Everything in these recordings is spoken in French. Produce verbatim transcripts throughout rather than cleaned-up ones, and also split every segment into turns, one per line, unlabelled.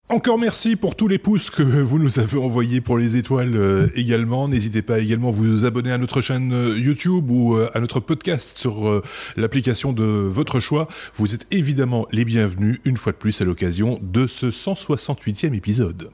Encore merci pour tous les pouces que vous nous avez envoyés pour les étoiles euh, également. N'hésitez pas également à vous abonner à notre chaîne euh, YouTube ou euh, à notre podcast sur euh, l'application de votre choix. Vous êtes évidemment les bienvenus une fois de plus à l'occasion de ce cent soixante-huitième épisode.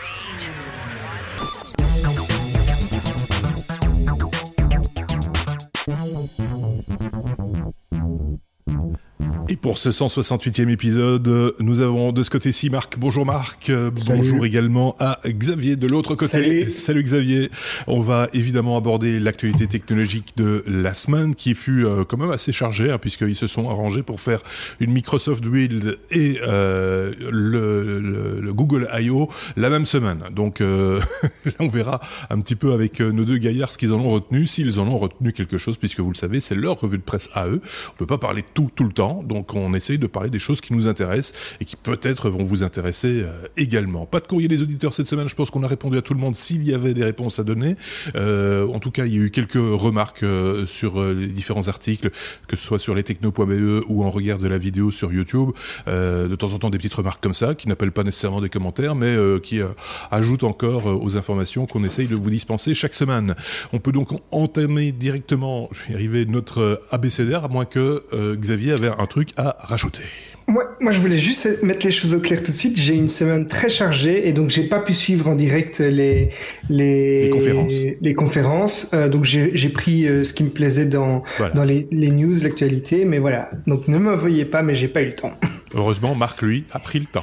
Et pour ce cent soixante-huitième épisode, nous avons de ce côté-ci Marc. Bonjour Marc. Salut. Bonjour également à Xavier de l'autre côté.
Salut.
Salut Xavier. On va évidemment aborder l'actualité technologique de la semaine qui fut euh, quand même assez chargée hein, puisqu'ils se sont arrangés pour faire une Microsoft Build et euh, le, le, le Google I O la même semaine. Donc euh, là on verra un petit peu avec nos deux gaillards ce qu'ils en ont retenu, s'ils en ont retenu quelque chose puisque vous le savez c'est leur revue de presse à eux. On peut pas parler de tout tout le temps. Donc Donc on essaye de parler des choses qui nous intéressent et qui peut-être vont vous intéresser euh, également. Pas de courrier des auditeurs cette semaine, je pense qu'on a répondu à tout le monde s'il y avait des réponses à donner. Euh, en tout cas, il y a eu quelques remarques euh, sur euh, les différents articles, que ce soit sur lestechno point b e ou en regard de la vidéo sur YouTube. Euh, de temps en temps des petites remarques comme ça, qui n'appellent pas nécessairement des commentaires, mais euh, qui euh, ajoutent encore euh, aux informations qu'on essaye de vous dispenser chaque semaine. On peut donc entamer directement, je vais y arriver, notre abécédaire, à moins que euh, Xavier avait un truc à rajouter.
Moi, moi, je voulais juste mettre les choses au clair tout de suite. J'ai une semaine très chargée et donc j'ai pas pu suivre en direct les les,
les conférences.
Les conférences. Euh, donc j'ai, j'ai pris euh, ce qui me plaisait dans voilà. dans les, les news, l'actualité. Mais voilà. Donc ne me veuillez pas, mais j'ai pas eu le temps.
Heureusement, Marc lui a pris le temps.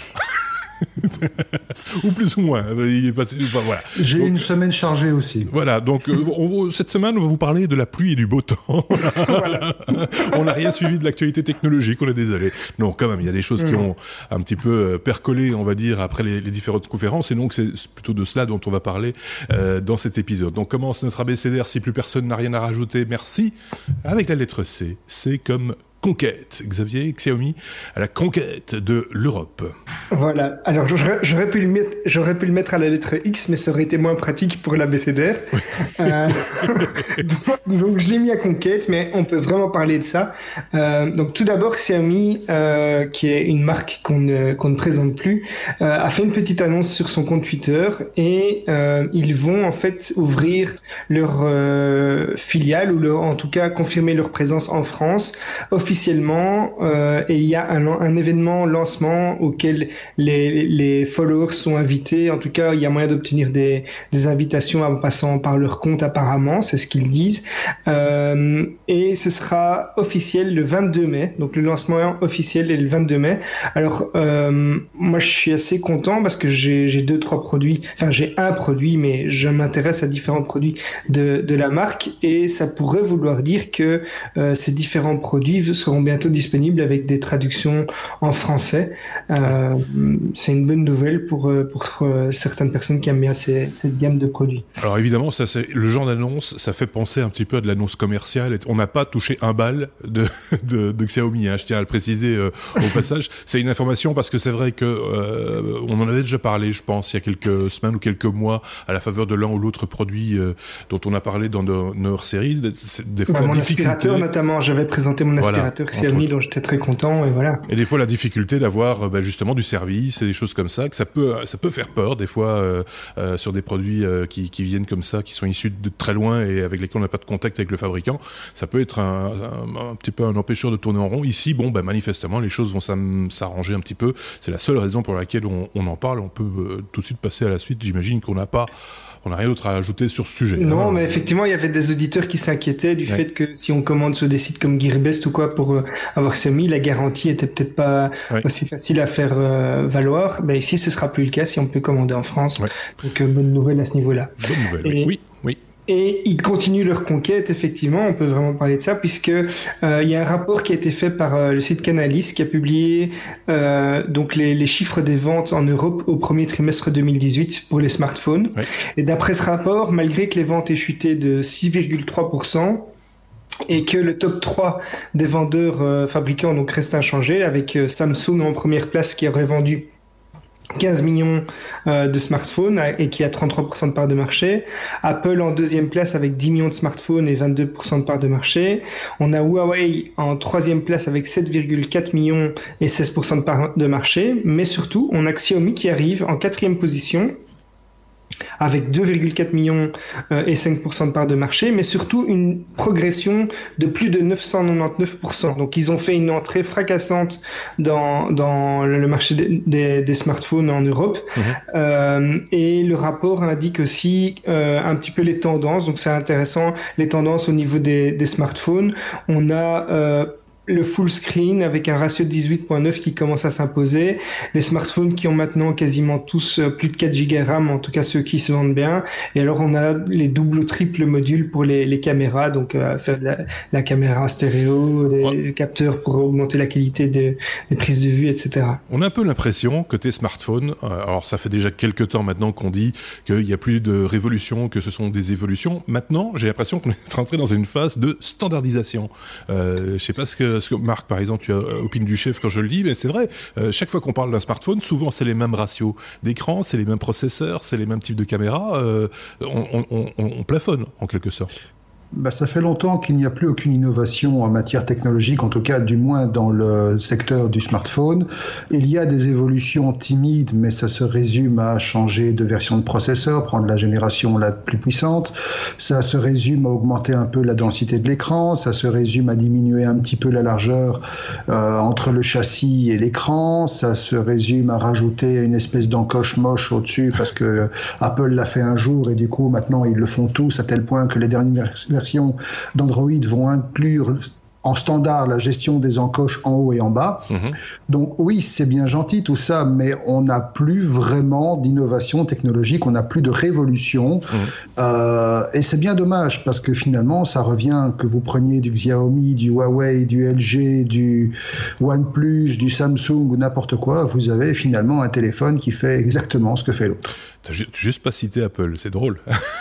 Ou plus ou moins. Il est passé, enfin, voilà.
J'ai
donc,
une semaine chargée aussi.
Voilà, donc euh, on, cette semaine, on va vous parler de la pluie et du beau temps. Voilà. On n'a rien suivi de l'actualité technologique, on est désolé. Non, quand même, il y a des choses mmh. qui ont un petit peu percolé, on va dire, après les, les différentes conférences, et donc c'est plutôt de cela dont on va parler euh, dans cet épisode. Donc commence notre abécédaire, si plus personne n'a rien à rajouter, merci, avec la lettre C. C'est comme conquête. Xavier, Xiaomi, à la conquête de l'Europe.
Voilà. Alors, j'aurais, j'aurais, pu le mettre, j'aurais pu le mettre à la lettre X, mais ça aurait été moins pratique pour l'abécédaire. Oui. Euh, donc, donc, je l'ai mis à conquête, mais on peut vraiment parler de ça. Euh, donc, tout d'abord, Xiaomi, euh, qui est une marque qu'on ne, qu'on ne présente plus, euh, a fait une petite annonce sur son compte Twitter et euh, ils vont en fait ouvrir leur euh, filiale ou leur, en tout cas confirmer leur présence en France officiellement, euh, et il y a un, un événement lancement auquel les, les followers sont invités. En tout cas, il y a moyen d'obtenir des, des invitations en passant par leur compte apparemment, c'est ce qu'ils disent. Euh, et ce sera officiel le vingt-deux mai. Donc le lancement officiel est le vingt-deux mai. Alors euh, moi, je suis assez content parce que j'ai, j'ai deux, trois produits. Enfin, j'ai un produit, mais je m'intéresse à différents produits de, de la marque et ça pourrait vouloir dire que euh, ces différents produits seront bientôt disponibles avec des traductions en français. Euh, c'est une bonne nouvelle pour, pour euh, certaines personnes qui aiment bien ces, cette gamme de produits.
Alors évidemment, ça, c'est le genre d'annonce, ça fait penser un petit peu à de l'annonce commerciale. On n'a pas touché un bal de, de, de Xiaomi, hein, je tiens à le préciser euh, au passage. C'est une information parce que c'est vrai que euh, on en avait déjà parlé, je pense, il y a quelques semaines ou quelques mois, à la faveur de l'un ou l'autre produit euh, dont on a parlé dans nos, nos séries. Des fois,
bah,
la
mon
difficulté...
aspirateur notamment, j'avais présenté mon aspirateur.
Voilà.
Xiaomi, dont j'étais très content, et voilà.
Et des fois, la difficulté d'avoir bah, justement du service et des choses comme ça, que ça peut, ça peut faire peur des fois euh, euh, sur des produits euh, qui, qui viennent comme ça, qui sont issus de très loin et avec lesquels on n'a pas de contact avec le fabricant. Ça peut être un, un, un petit peu un empêcheur de tourner en rond. Ici, bon, bah, manifestement, les choses vont s'arranger un petit peu. C'est la seule raison pour laquelle on, on en parle. On peut euh, tout de suite passer à la suite. J'imagine qu'on n'a pas... On n'a rien d'autre à ajouter sur ce sujet.
Non, hein. Mais effectivement, il y avait des auditeurs qui s'inquiétaient du ouais. fait que si on commande sur des sites comme Gearbest ou quoi pour euh, avoir Xiaomi, la garantie était peut-être pas ouais. aussi facile à faire euh, valoir. Ben ici, ce sera plus le cas si on peut commander en France. Ouais. Donc, euh, bonne nouvelle à ce niveau-là.
Bonne nouvelle, Et... oui, oui.
Et ils continuent leur conquête, effectivement, on peut vraiment parler de ça, puisque euh, il y a un rapport qui a été fait par euh, le site Canalys qui a publié euh, donc les, les chiffres des ventes en Europe au premier trimestre deux mille dix-huit pour les smartphones. Ouais. Et d'après ce rapport, malgré que les ventes aient chuté de six virgule trois pour cent, et que le top trois des vendeurs euh, fabricants donc reste inchangé, avec euh, Samsung en première place qui aurait vendu quinze millions euh, de smartphones et qui a trente-trois pour cent de part de marché. Apple en deuxième place avec dix millions de smartphones et vingt-deux pour cent de part de marché. On a Huawei en troisième place avec sept virgule quatre millions et seize pour cent de part de marché. Mais surtout, on a Xiaomi qui arrive en quatrième position avec deux virgule quatre millions euh, et cinq pour cent de part de marché, mais surtout une progression de plus de neuf cent quatre-vingt-dix-neuf pour cent. Donc ils ont fait une entrée fracassante dans, dans le marché des, des, des smartphones en Europe. Mmh. Euh, et le rapport indique aussi euh, un petit peu les tendances, donc c'est intéressant, les tendances au niveau des, des smartphones. On a... Euh, le full screen avec un ratio de dix-huit virgule neuf qui commence à s'imposer. Les smartphones qui ont maintenant quasiment tous plus de quatre giga RAM, en tout cas ceux qui se vendent bien. Et alors on a les doubles ou triples modules pour les, les caméras, donc euh, faire la, la caméra stéréo, les, ouais. les capteurs pour augmenter la qualité de, des prises de vue, et cetera.
On a un peu l'impression que tes smartphones, euh, alors ça fait déjà quelques temps maintenant qu'on dit qu'il n'y a plus de révolution, que ce sont des évolutions. Maintenant, j'ai l'impression qu'on est entré dans une phase de standardisation. Euh, je sais pas ce que Parce que Marc, par exemple, tu as opine du chef quand je le dis, mais c'est vrai, euh, chaque fois qu'on parle d'un smartphone, souvent c'est les mêmes ratios d'écran, c'est les mêmes processeurs, c'est les mêmes types de caméras, euh, on, on, on, on plafonne en quelque sorte.
Bah, ça fait longtemps qu'il n'y a plus aucune innovation en matière technologique, en tout cas du moins dans le secteur du smartphone. Il y a des évolutions timides, mais ça se résume à changer de version de processeur, prendre la génération la plus puissante. Ça se résume à augmenter un peu la densité de l'écran. Ça se résume à diminuer un petit peu la largeur euh, entre le châssis et l'écran. Ça se résume à rajouter une espèce d'encoche moche au-dessus parce que Apple l'a fait un jour et du coup maintenant ils le font tous à tel point que les dernières versions d'Android vont inclure en standard la gestion des encoches en haut et en bas. Mmh. Donc oui, c'est bien gentil tout ça, mais on n'a plus vraiment d'innovation technologique, on n'a plus de révolution. Mmh. Euh, et c'est bien dommage parce que finalement, ça revient que vous preniez du Xiaomi, du Huawei, du L G, du OnePlus, du Samsung ou n'importe quoi, vous avez finalement un téléphone qui fait exactement ce que fait l'autre.
T'as ju- juste pas cité Apple, c'est drôle.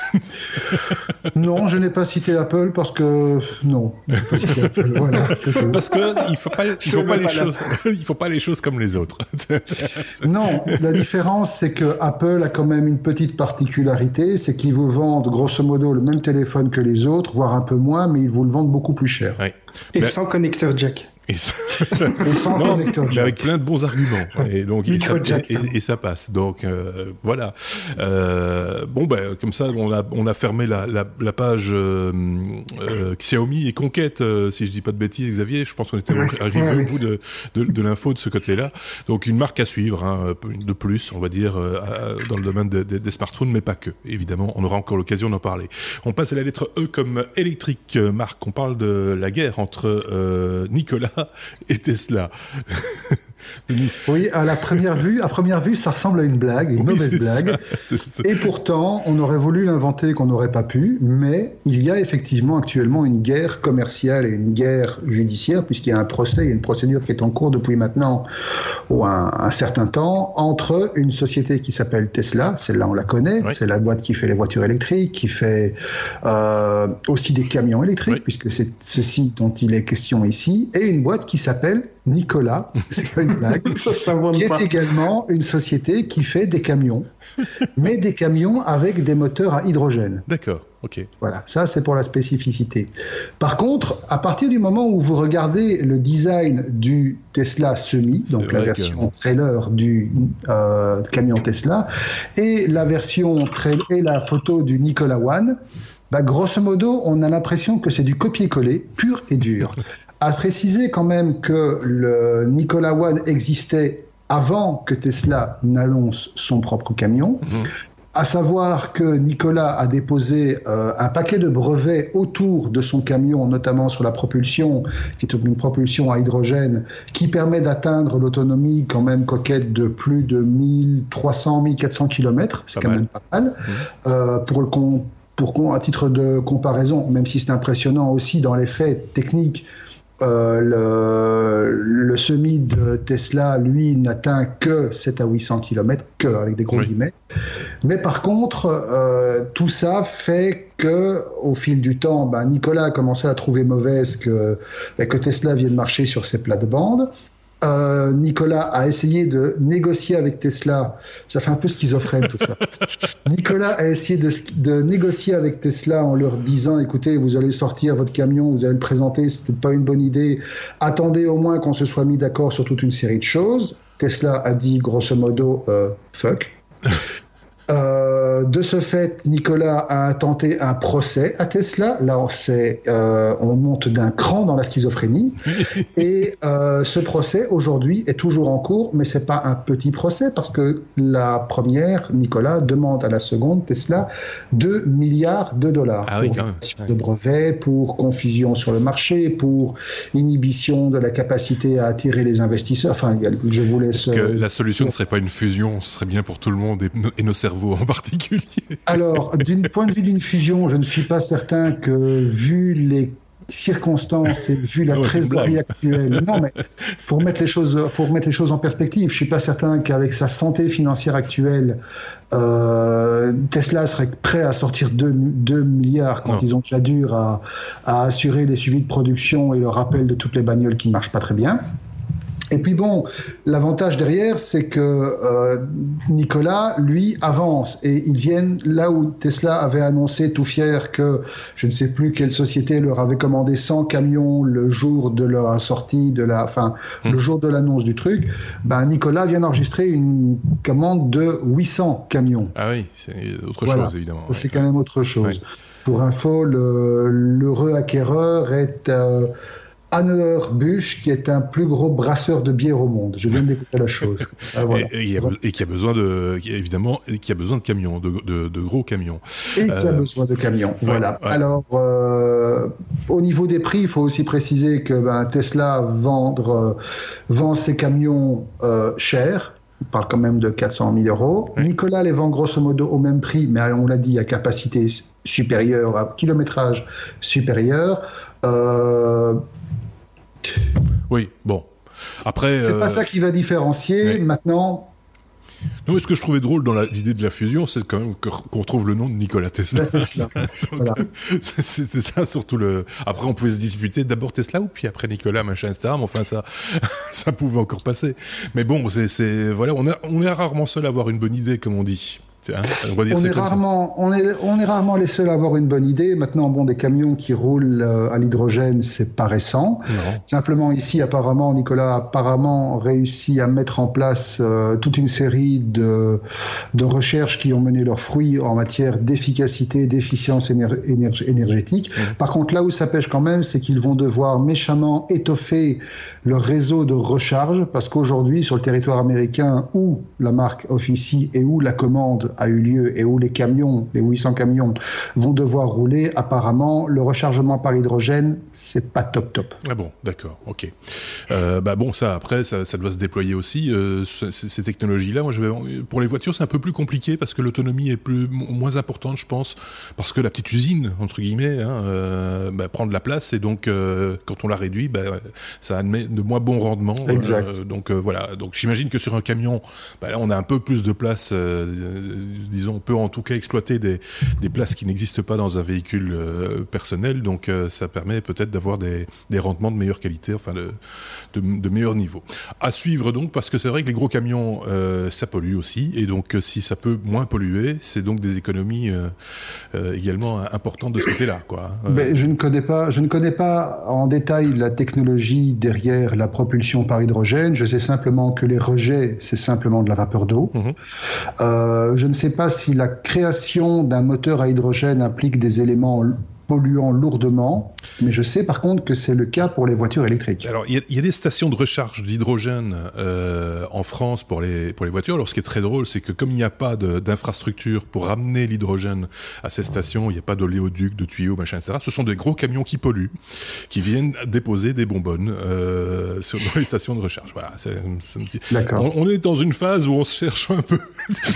Non, je n'ai pas cité Apple parce que non, je n'ai pas cité Apple. Voilà, c'est tout.
Parce que il faut pas, il faut pas les choses, il faut pas les choses comme les autres.
Non, la différence c'est que Apple a quand même une petite particularité, c'est qu'ils vous vendent grosso modo le même téléphone que les autres, voire un peu moins, mais ils vous le vendent beaucoup plus cher.
Oui.
Et
mais...
sans connecteur jack.
Et, ça...
et sans
non,
connecteur jack.
Avec plein de bons arguments. Et donc, et ça, et, et, et ça passe. Donc, euh, voilà. Euh, bon, ben, comme ça, on a, on a fermé la, la, la page euh, euh, Xiaomi et Conquête, euh, si je dis pas de bêtises, Xavier. Je pense qu'on était ouais, arrivé ouais, au bout de, de, de l'info de ce côté-là. Donc, une marque à suivre, hein, de plus, on va dire, euh, à, dans le domaine de, de, des smartphones, mais pas que. Évidemment, on aura encore l'occasion d'en parler. On passe à la lettre E comme électrique. Marc, on parle de la guerre entre euh, Nicolas et Tesla.
Oui, à la première vue, à première vue, ça ressemble à une blague, une oui, mauvaise blague. Ça, c'est, c'est... Et pourtant, on aurait voulu l'inventer qu'on n'aurait pas pu, mais il y a effectivement actuellement une guerre commerciale et une guerre judiciaire, puisqu'il y a un procès, il y a une procédure qui est en cours depuis maintenant oh, un, un certain temps, entre une société qui s'appelle Tesla, celle-là on la connaît, oui. C'est la boîte qui fait les voitures électriques, qui fait euh, aussi des camions électriques, oui. Puisque c'est ceci dont il est question ici, et une boîte qui s'appelle Nikola, c'est pas une blague,
ça, ça
qui est
pas.
également une société qui fait des camions, mais des camions avec des moteurs à hydrogène.
D'accord, ok.
Voilà, ça c'est pour la spécificité. Par contre, à partir du moment où vous regardez le design du Tesla Semi, c'est donc la version que... trailer du euh, camion Tesla, et la version tra- et la photo du Nikola One, bah, grosso modo, on a l'impression que c'est du copier-coller pur et dur. À préciser quand même que le Nikola One existait avant que Tesla n'annonce son propre camion. Mmh. À savoir que Nikola a déposé euh, un paquet de brevets autour de son camion, notamment sur la propulsion, qui est une propulsion à hydrogène, qui permet d'atteindre l'autonomie quand même coquette de plus de mille trois cents à mille quatre cents kilomètres. C'est pas quand mal. Même pas mal. Mmh. Euh, pour le con, pour, à titre de comparaison, même si c'est impressionnant aussi dans les faits techniques, Euh, le, le semi de Tesla, lui, n'atteint que sept à huit cents kilomètres, que avec des gros oui. guillemets. Mais par contre, euh, tout ça fait que, au fil du temps, ben, Nicolas a commencé à trouver mauvaise que, ben, que Tesla vienne marcher sur ses plates-bandes. euh, Nicolas a essayé de négocier avec Tesla. Ça fait un peu schizophrène tout ça. Nicolas a essayé de, de négocier avec Tesla en leur disant, écoutez, vous allez sortir votre camion, vous allez le présenter, c'est peut-être pas une bonne idée. Attendez au moins qu'on se soit mis d'accord sur toute une série de choses. Tesla a dit grosso modo euh, fuck. Euh, de ce fait, Nicolas a intenté un procès à Tesla. Là, on, sait, euh, on monte d'un cran dans la schizophrénie. Et euh, ce procès, aujourd'hui, est toujours en cours, mais c'est pas un petit procès, parce que la première, Nicolas, demande à la seconde, Tesla, deux milliards de dollars.
Ah oui,
pour
quand même.
de brevets, pour confusion sur le marché, pour inhibition de la capacité à attirer les investisseurs. Enfin, je vous laisse...
Est-ce que la solution ne serait pas une fusion? Ce serait bien pour tout le monde et, et nos cerveaux en particulier.
Alors, d'un point de vue d'une fusion, je ne suis pas certain que, vu les circonstances et vu la
non,
trésorerie actuelle, non, mais faut remettre les choses, faut remettre les choses en perspective. Je suis pas certain qu'avec sa santé financière actuelle, euh, Tesla serait prêt à sortir deux milliards quand non. ils ont déjà dur à, à assurer les suivis de production et le rappel de toutes les bagnoles qui ne marchent pas très bien. Et puis bon, l'avantage derrière, c'est que euh, Nicolas, lui, avance et ils viennent là où Tesla avait annoncé tout fier que je ne sais plus quelle société leur avait commandé cent camions le jour de leur sortie, de la, enfin mmh. le jour de l'annonce du truc. Ben Nicolas vient d'enregistrer une commande de huit cents camions.
Ah oui, c'est autre
voilà.
chose évidemment.
C'est
ouais.
quand même autre chose.
Ouais.
Pour info, le, l'heureux acquéreur est euh, Anheuser-Busch, qui est un plus gros brasseur de bière au monde. Je viens d'écouter la chose. Ça, voilà.
et, et, et qui a besoin de, évidemment, qui a besoin de camions, de, de, de gros camions.
Et euh, qui a besoin de camions. Ouais, voilà. Ouais. Alors, euh, au niveau des prix, il faut aussi préciser que ben, Tesla vendre, euh, vend ses camions euh, chers. On parle quand même de quatre cent mille euros. Oui. Nicolas les vend grosso modo au même prix, mais on l'a dit, à capacité supérieure, à kilométrage supérieur. Euh,
Oui, bon. Après,
c'est
euh...
pas ça qui va différencier. Ouais. Maintenant.
Non, mais ce que je trouvais drôle dans la, l'idée de la fusion, c'est quand même qu'on retrouve le nom de Nikola Tesla.
Tesla.
Donc, voilà. C'était ça surtout le. Après, on pouvait se disputer d'abord Tesla ou puis après Nikola, machin, et cetera. Mais enfin, ça, ça pouvait encore passer. Mais bon, c'est, c'est, voilà, on, a, on est rarement seul à avoir une bonne idée, comme on dit. Hein, on, va dire
on, est rarement, on, est, on est rarement les seuls à avoir une bonne idée. Maintenant, bon, des camions qui roulent euh, à l'hydrogène, c'est pas récent. Non. Simplement ici, apparemment, Nicolas a apparemment réussi à mettre en place euh, toute une série de, de recherches qui ont mené leurs fruits en matière d'efficacité, d'efficience éner- éner- énergétique. Mmh. Par contre, là où ça pêche quand même, c'est qu'ils vont devoir méchamment étoffer leur réseau de recharge, parce qu'aujourd'hui, sur le territoire américain, où la marque officie et où la commande a eu lieu et où les camions, les huit cents camions, vont devoir rouler, apparemment, le rechargement par hydrogène, c'est pas top top.
Ah bon, d'accord, ok. Euh, bah bon, ça, après, ça, ça doit se déployer aussi, euh, ces, ces technologies-là. Moi, je vais, pour les voitures, c'est un peu plus compliqué parce que l'autonomie est plus, moins importante, je pense, parce que la petite usine, entre guillemets, hein, euh, bah, prend de la place et donc, euh, quand on la réduit, bah, ça admet de moins bons rendements.
Exact.
Euh, donc, euh, voilà. Donc, j'imagine que sur un camion, bah, là, on a un peu plus de place, euh, disons, on peut en tout cas exploiter des, des places qui n'existent pas dans un véhicule euh, personnel, donc euh, ça permet peut-être d'avoir des, des rendements de meilleure qualité, enfin de, de, de meilleur niveau. À suivre donc, parce que c'est vrai que les gros camions, euh, ça pollue aussi, et donc euh, si ça peut moins polluer, c'est donc des économies euh, euh, également importantes de ce côté-là, quoi. Euh...
Mais je ne connais pas, je ne connais pas en détail la technologie derrière la propulsion par hydrogène. Je sais simplement que les rejets, c'est simplement de la vapeur d'eau. Mmh. Euh, je ne sais pas si la création d'un moteur à hydrogène implique des éléments polluant lourdement, mais je sais par contre que c'est le cas pour les voitures électriques.
Alors, il y, y a des stations de recharge d'hydrogène euh, en France pour les pour les voitures. Alors, ce qui est très drôle, c'est que comme il n'y a pas de, d'infrastructure pour ramener l'hydrogène à ces stations, il n'y a pas d'oléoduc, de tuyaux, machin, et cetera. Ce sont des gros camions qui polluent, qui viennent déposer des bonbonnes euh, sur dans les stations de recharge. Voilà. C'est, c'est un petit...
D'accord.
On, on est dans une phase où on se cherche un peu.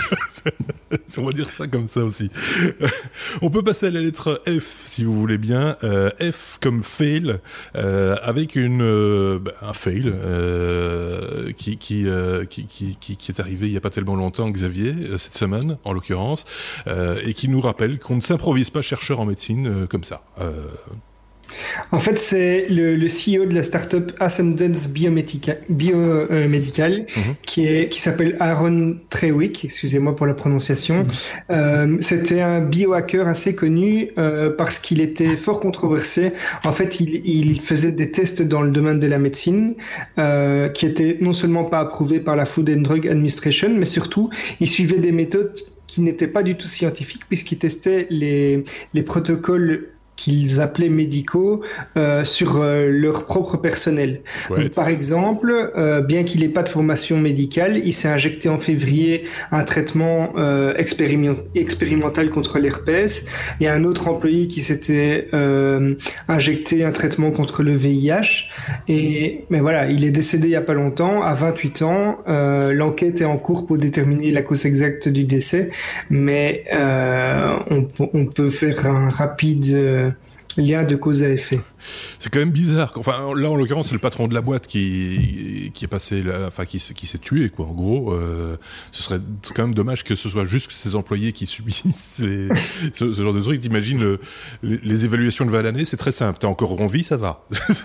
On va dire ça comme ça aussi. On peut passer à la lettre F, si vous voulez bien. Euh, F comme fail, euh, avec une euh, bah, un fail euh, qui qui, euh, qui qui qui qui est arrivé il y a pas tellement longtemps, Xavier, euh, cette semaine en l'occurrence, euh, et qui nous rappelle qu'on ne s'improvise pas chercheur en médecine euh, comme ça. Euh...
En fait, c'est le, le C E O de la startup Ascendance Biomedical, Biomedical mm-hmm. qui est qui s'appelle Aaron Trewick. Excusez-moi pour la prononciation. Mm-hmm. Euh, c'était un biohacker assez connu euh, parce qu'il était fort controversé. En fait, il, il faisait des tests dans le domaine de la médecine euh, qui étaient non seulement pas approuvés par la Food and Drug Administration, mais surtout, il suivait des méthodes qui n'étaient pas du tout scientifiques puisqu'ils testaient les, les protocoles qu'ils appelaient médicaux euh, sur euh, leur propre personnel. Donc, par exemple, euh, bien qu'il n'ait pas de formation médicale, il s'est injecté en février un traitement euh, expériment- expérimental contre l'herpès. Il y a un autre employé qui s'était euh, injecté un traitement contre le V I H. Et mais voilà, il est décédé il n'y a pas longtemps, à vingt-huit ans. Euh, l'enquête est en cours pour déterminer la cause exacte du décès, mais euh, on, on peut faire un rapide euh, lien de cause à effet.
C'est quand même bizarre. Enfin, là, en l'occurrence, c'est le patron de la boîte qui qui est passé, là, enfin, qui, qui s'est tué, quoi. En gros, euh, ce serait quand même dommage que ce soit juste ses employés qui subissent les, ce, ce genre de truc. T'imagines le, les, les évaluations de Valané, c'est très simple. T'es encore en vie, ça va.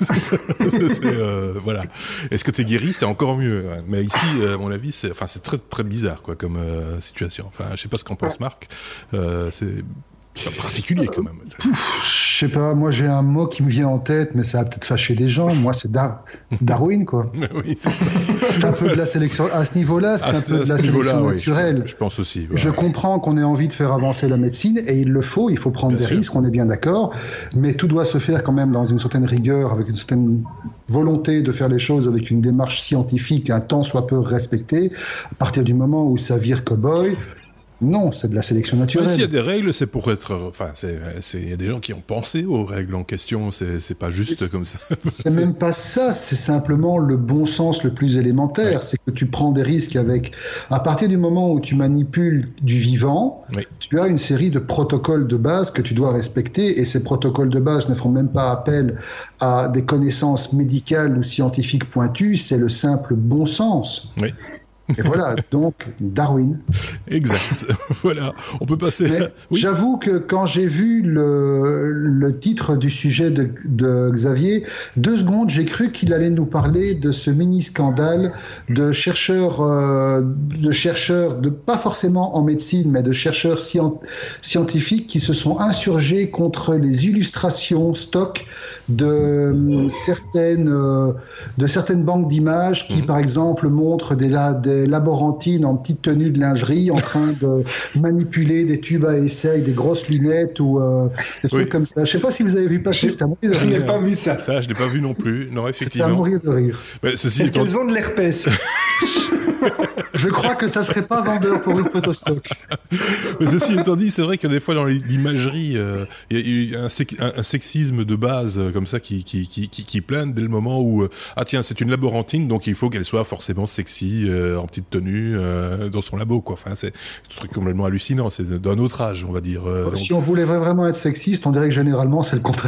c'est, euh, voilà. Est-ce que t'es guéri, c'est encore mieux. Mais ici, à mon avis, c'est, enfin, c'est très très bizarre, quoi, comme euh, situation. Enfin, je sais pas ce qu'en pense Marc. Euh, c'est C'est particulier quand même.
Je sais pas, moi j'ai un mot qui me vient en tête, mais ça va peut-être fâcher des gens. Moi c'est Dar- Darwin, quoi.
Oui, c'est ça.
C'est un peu de la sélection. À ce niveau-là, c'est
à
un
ce,
peu de la sélection
oui,
naturelle.
Je, je pense aussi. Ouais.
Je comprends qu'on ait envie de faire avancer la médecine, et il le faut, il faut prendre bien des sûr. risques, on est bien d'accord, mais tout doit se faire quand même dans une certaine rigueur, avec une certaine volonté de faire les choses avec une démarche scientifique, un temps soit peu respecté. À partir du moment où ça vire cow-boy, non, c'est de la sélection naturelle.
Ouais, s'il y a des règles, c'est pour être. Enfin, c'est, c'est, il y a des gens qui ont pensé aux règles en question. C'est, c'est pas juste
c'est,
comme ça.
C'est même pas ça. C'est simplement le bon sens le plus élémentaire. Ouais. C'est que tu prends des risques avec. À partir du moment où tu manipules du vivant, oui. tu as une série de protocoles de base que tu dois respecter. Et ces protocoles de base ne font même pas appel à des connaissances médicales ou scientifiques pointues. C'est le simple bon sens.
Oui.
Et voilà, donc Darwin.
Exact. Voilà, on peut passer.
Mais oui. J'avoue que quand j'ai vu le, le titre du sujet de, de Xavier, deux secondes, j'ai cru qu'il allait nous parler de ce mini scandale de chercheurs, euh, de chercheurs, de pas forcément en médecine, mais de chercheurs scient, scientifiques qui se sont insurgés contre les illustrations stock de certaines, euh, de certaines banques d'images qui, mmh. par exemple, montrent des, des laborantines en petite tenue de lingerie en train de manipuler des tubes à essai avec des grosses lunettes ou euh, des trucs oui. comme ça. Je sais pas si vous avez vu passer, c'est à mourir de rire.
Je n'ai pas vu ça.
Ça, je l'ai pas vu non plus. Non, effectivement.
C'est à mourir de rire.
Mais ceci
Est-ce
étant...
qu'elles ont de l'herpès?
Je crois que ça serait pas vendeur pour une photostock.
Mais ceci étant dit, c'est vrai que des fois dans l'imagerie, il euh, y, y a un, sec, un, un sexisme de base euh, comme ça qui, qui, qui, qui, qui plane dès le moment où euh, ah tiens c'est une laborantine donc il faut qu'elle soit forcément sexy euh, en petite tenue euh, dans son labo quoi. Enfin c'est un truc complètement hallucinant, c'est d'un autre âge on va dire. Euh,
si
donc...
on voulait vraiment être sexiste, on dirait que généralement c'est le contraire.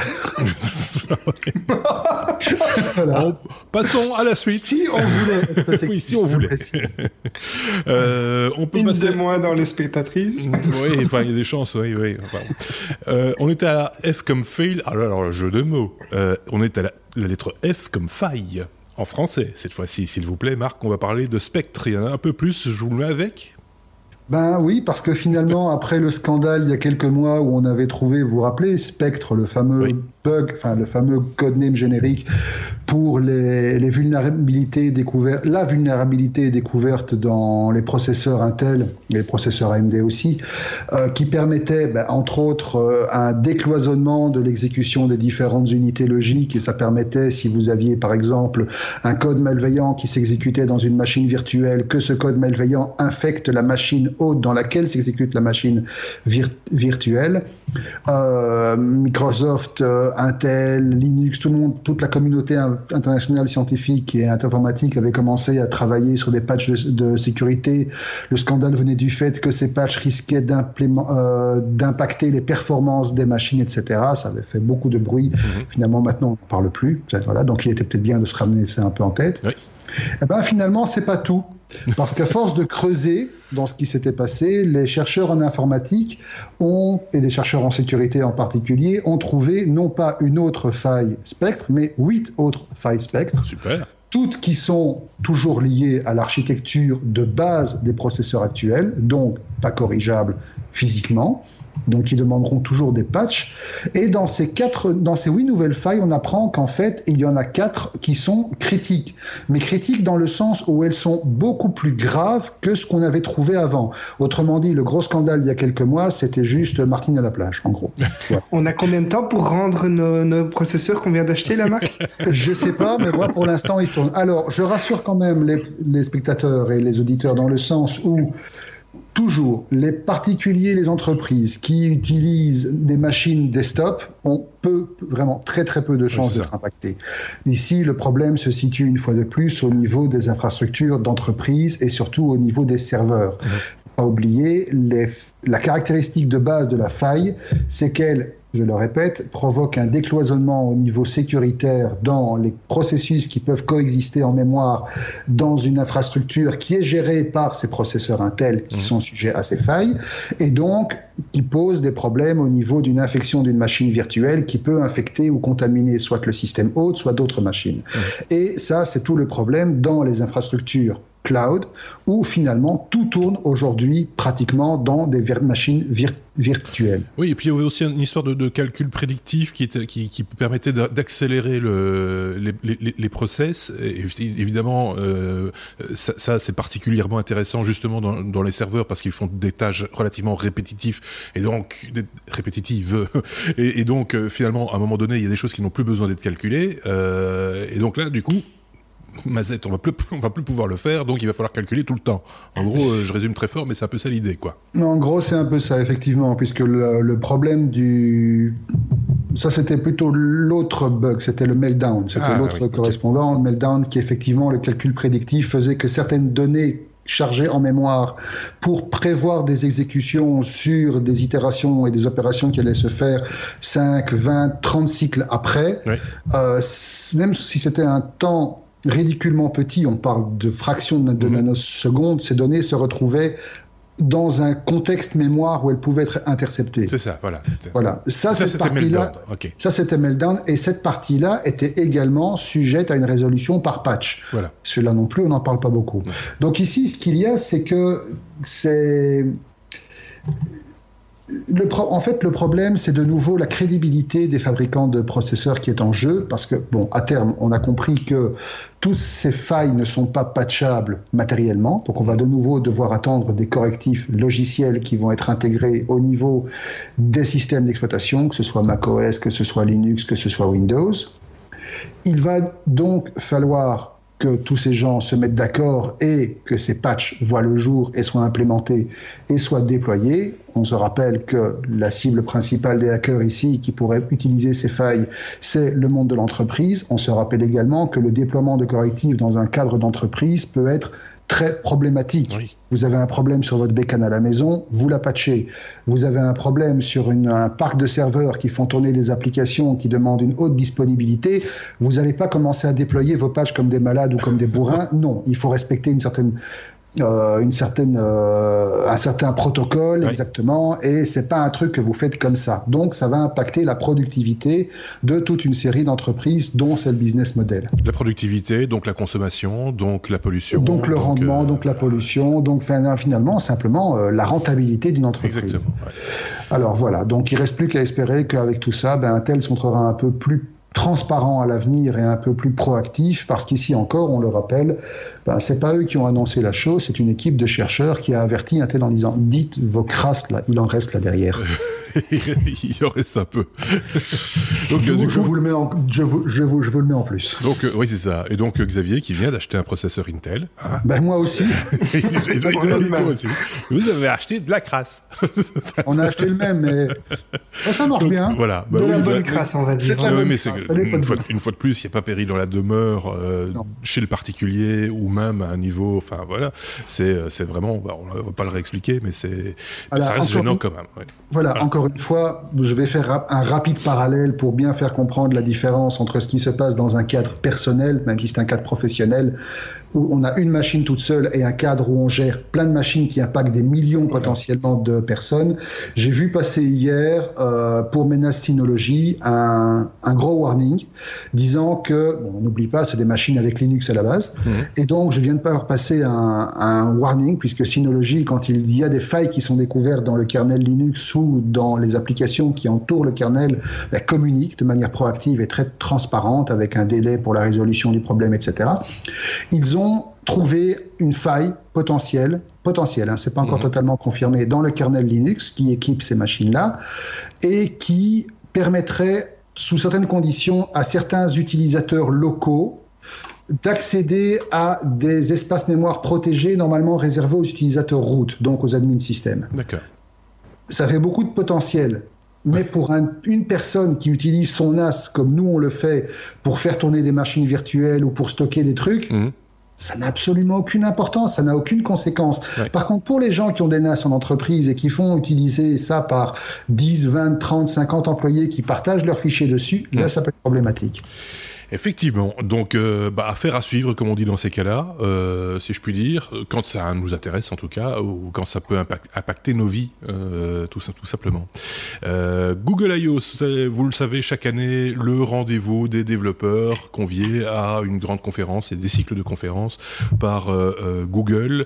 Voilà. Bon, passons à la suite.
Si on voulait être sexiste.
Oui, si on voulait. euh, on peut
Une
passer...
de moins dans les spectatrices.
Oui, enfin, il y a des chances, oui, oui. Enfin, euh, on était à la F comme fail. Alors, alors le jeu de mots. Euh, on est à la, la lettre F comme faille. En français, cette fois-ci, s'il vous plaît, Marc, on va parler de Spectre. Il y en a un peu plus, je vous le mets avec.
Ben oui, parce que finalement, après le scandale il y a quelques mois où on avait trouvé, vous vous rappelez, Spectre, le fameux oui. bug, enfin le fameux codename générique pour les, les vulnérabilités découvertes, la vulnérabilité découverte dans les processeurs Intel, les processeurs A M D aussi, euh, qui permettait, ben, entre autres, euh, un décloisonnement de l'exécution des différentes unités logiques, et ça permettait, si vous aviez par exemple un code malveillant qui s'exécutait dans une machine virtuelle, que ce code malveillant infecte la machine haute dans laquelle s'exécute la machine vir- virtuelle. Euh, Microsoft, euh, Intel, Linux, tout le monde, toute la communauté internationale scientifique et informatique avait commencé à travailler sur des patchs de, de sécurité. Le scandale venait du fait que ces patchs risquaient euh, d'impacter les performances des machines, et cetera. Ça avait fait beaucoup de bruit. Mm-hmm. Finalement, maintenant, on n'en parle plus. Voilà, donc il était peut-être bien de se ramener ça un peu en tête. Oui. Et ben, finalement, c'est pas tout. Parce qu'à force de creuser dans ce qui s'était passé, les chercheurs en informatique ont, et des chercheurs en sécurité en particulier, ont trouvé non pas une autre faille Spectre, mais huit autres failles Spectre.
Super.
Toutes qui sont toujours liées à l'architecture de base des processeurs actuels, donc pas corrigeables physiquement, donc qui demanderont toujours des patchs. Et dans ces quatre, dans ces huit nouvelles failles, on apprend qu'en fait, il y en a quatre qui sont critiques. Mais critiques dans le sens où elles sont beaucoup plus graves que ce qu'on avait trouvé avant. Autrement dit, le gros scandale il y a quelques mois, c'était juste Martine à la plage, en gros.
Ouais. On a combien de temps pour rendre nos, nos processeurs qu'on vient d'acheter, la marque?
Je sais pas, mais moi, pour l'instant, ils se tournent. Alors, je rassure quand même les, les spectateurs et les auditeurs dans le sens où toujours, les particuliers, les entreprises qui utilisent des machines desktop ont peu, vraiment très très peu de chances d'être impactés. Ici, le problème se situe une fois de plus au niveau des infrastructures d'entreprise et surtout au niveau des serveurs. Mmh. Pas oublier, les, la caractéristique de base de la faille, c'est qu'elle, je le répète, provoque un décloisonnement au niveau sécuritaire dans les processus qui peuvent coexister en mémoire dans une infrastructure qui est gérée par ces processeurs Intel qui mmh. sont sujets à ces failles, et donc qui pose des problèmes au niveau d'une infection d'une machine virtuelle qui peut infecter ou contaminer soit le système hôte, soit d'autres machines. Mmh. Et ça, c'est tout le problème dans les infrastructures cloud, où finalement tout tourne aujourd'hui pratiquement dans des vir- machines vir- virtuelles.
Oui, et puis il y avait aussi une histoire de, de calcul prédictif qui, était, qui, qui permettait d'accélérer le, les, les, les process. Et évidemment, euh, ça, ça c'est particulièrement intéressant justement dans, dans les serveurs parce qu'ils font des tâches relativement répétitives et donc des, répétitives. Et, et donc euh, finalement, à un moment donné, il y a des choses qui n'ont plus besoin d'être calculées. Euh, et donc là, du coup, Mazette, on va plus, on va plus pouvoir le faire, donc il va falloir calculer tout le temps. En gros, euh, je résume très fort, mais c'est un peu ça l'idée, quoi.
Non, en gros, c'est un peu ça, effectivement, puisque le, le problème du... Ça, c'était plutôt l'autre bug, c'était le meltdown. C'était ah, l'autre oui, correspondant, okay. Le meltdown, qui, effectivement, le calcul prédictif faisait que certaines données chargées en mémoire pour prévoir des exécutions sur des itérations et des opérations qui allaient se faire cinq, vingt, trente cycles après, oui. euh, même si c'était un temps ridiculement petit, on parle de fractions de, de mmh. nanosecondes, ces données se retrouvaient dans un contexte mémoire où elles pouvaient être interceptées.
C'est ça, voilà.
Voilà. Ça,
ça
cette partie-là,
okay.
ça, c'était meltdown, et cette partie-là était également sujette à une résolution par patch.
Voilà.
Celui-là non plus, on n'en parle pas beaucoup. Ouais. Donc ici, ce qu'il y a, c'est que c'est... Le pro- en fait, le problème, c'est de nouveau la crédibilité des fabricants de processeurs qui est en jeu, parce que, bon, à terme, on a compris que toutes ces failles ne sont pas patchables matériellement, donc on va de nouveau devoir attendre des correctifs logiciels qui vont être intégrés au niveau des systèmes d'exploitation, que ce soit macOS, que ce soit Linux, que ce soit Windows. Il va donc falloir que tous ces gens se mettent d'accord et que ces patchs voient le jour et soient implémentés et soient déployés. On se rappelle que la cible principale des hackers ici qui pourraient utiliser ces failles, c'est le monde de l'entreprise. On se rappelle également que le déploiement de correctifs dans un cadre d'entreprise peut être très problématique. Oui. Vous avez un problème sur votre bécane à la maison, vous la patchez. Vous avez un problème sur une, un parc de serveurs qui font tourner des applications qui demandent une haute disponibilité. Vous n'allez pas commencer à déployer vos patchs comme des malades ou comme des bourrins. Non, il faut respecter une certaine... Euh, une certaine, euh, un certain protocole, oui. Exactement, et c'est pas un truc que vous faites comme ça. Donc, ça va impacter la productivité de toute une série d'entreprises, dont c'est le business model.
La productivité, donc la consommation, donc la pollution.
Donc le donc rendement, euh, donc la pollution, donc finalement, simplement, euh, la rentabilité d'une entreprise.
Exactement. Ouais.
Alors voilà, donc il reste plus qu'à espérer qu'avec tout ça, ben, Intel se montrera un peu plus transparent à l'avenir et un peu plus proactif, parce qu'ici encore, on le rappelle, ben, c'est pas eux qui ont annoncé la chose, c'est une équipe de chercheurs qui a averti Intel en disant « Dites vos crasses, là, il en reste là derrière. »
Il en reste un peu.
Donc, je, vous, je, vous le mets en, je, vous, je, vous, je vous le mets en plus.
Donc, euh, oui, c'est ça. Et donc, euh, Xavier, qui vient d'acheter un processeur Intel.
Hein. Ben, moi aussi.
et, et, et, toi aussi. Vous avez acheté de la crasse.
On a acheté le même, mais oh, ça marche donc, bien.
Voilà.
Bah, de oui, la bonne bah, crasse, on va dire.
C'est ouais, mais c'est, une, fois, une fois de plus, il n'y a pas péril dans la demeure euh, chez le particulier ou même à un niveau... Enfin, voilà. C'est, c'est vraiment... Bah, on ne va pas le réexpliquer, mais c'est, voilà, ça reste gênant une... quand même. Ouais.
Voilà, voilà, encore une fois, je vais faire un rapide parallèle pour bien faire comprendre la différence entre ce qui se passe dans un cadre personnel, même si c'est un cadre professionnel. où on a une machine toute seule et un cadre où on gère plein de machines qui impactent des millions voilà. potentiellement de personnes. J'ai vu passer hier euh, pour Menace Synology un, un gros warning disant que, bon, on n'oublie pas, c'est des machines avec Linux à la base, mmh. et donc je viens de pas passer un, un warning puisque Synology, quand il y a des failles qui sont découvertes dans le kernel Linux ou dans les applications qui entourent le kernel, ben, communique de manière proactive et très transparente avec un délai pour la résolution du problème, et cetera. Ils ont trouvé une faille potentielle, potentielle, hein, c'est pas encore mmh. totalement confirmé, dans le kernel Linux qui équipe ces machines-là et qui permettrait, sous certaines conditions, à certains utilisateurs locaux d'accéder à des espaces mémoire protégés normalement réservés aux utilisateurs root, donc aux admin système.
D'accord.
Ça fait beaucoup de potentiel. Mais pour un, une personne qui utilise son N A S comme nous on le fait pour faire tourner des machines virtuelles ou pour stocker des trucs, mmh. ça n'a absolument aucune importance, ça n'a aucune conséquence. Ouais. Par contre, pour les gens qui ont des N A S en entreprise et qui font utiliser ça par dix, vingt, trente, cinquante employés qui partagent leurs fichiers dessus, mmh. là ça peut être problématique.
Effectivement, donc euh, bah, affaire à suivre, comme on dit dans ces cas-là, euh, si je puis dire, quand ça nous intéresse en tout cas, ou quand ça peut impact, impacter nos vies, euh, tout, tout simplement. Euh, Google I O, vous le savez, chaque année, le rendez-vous des développeurs conviés à une grande conférence et des cycles de conférences par euh, euh, Google.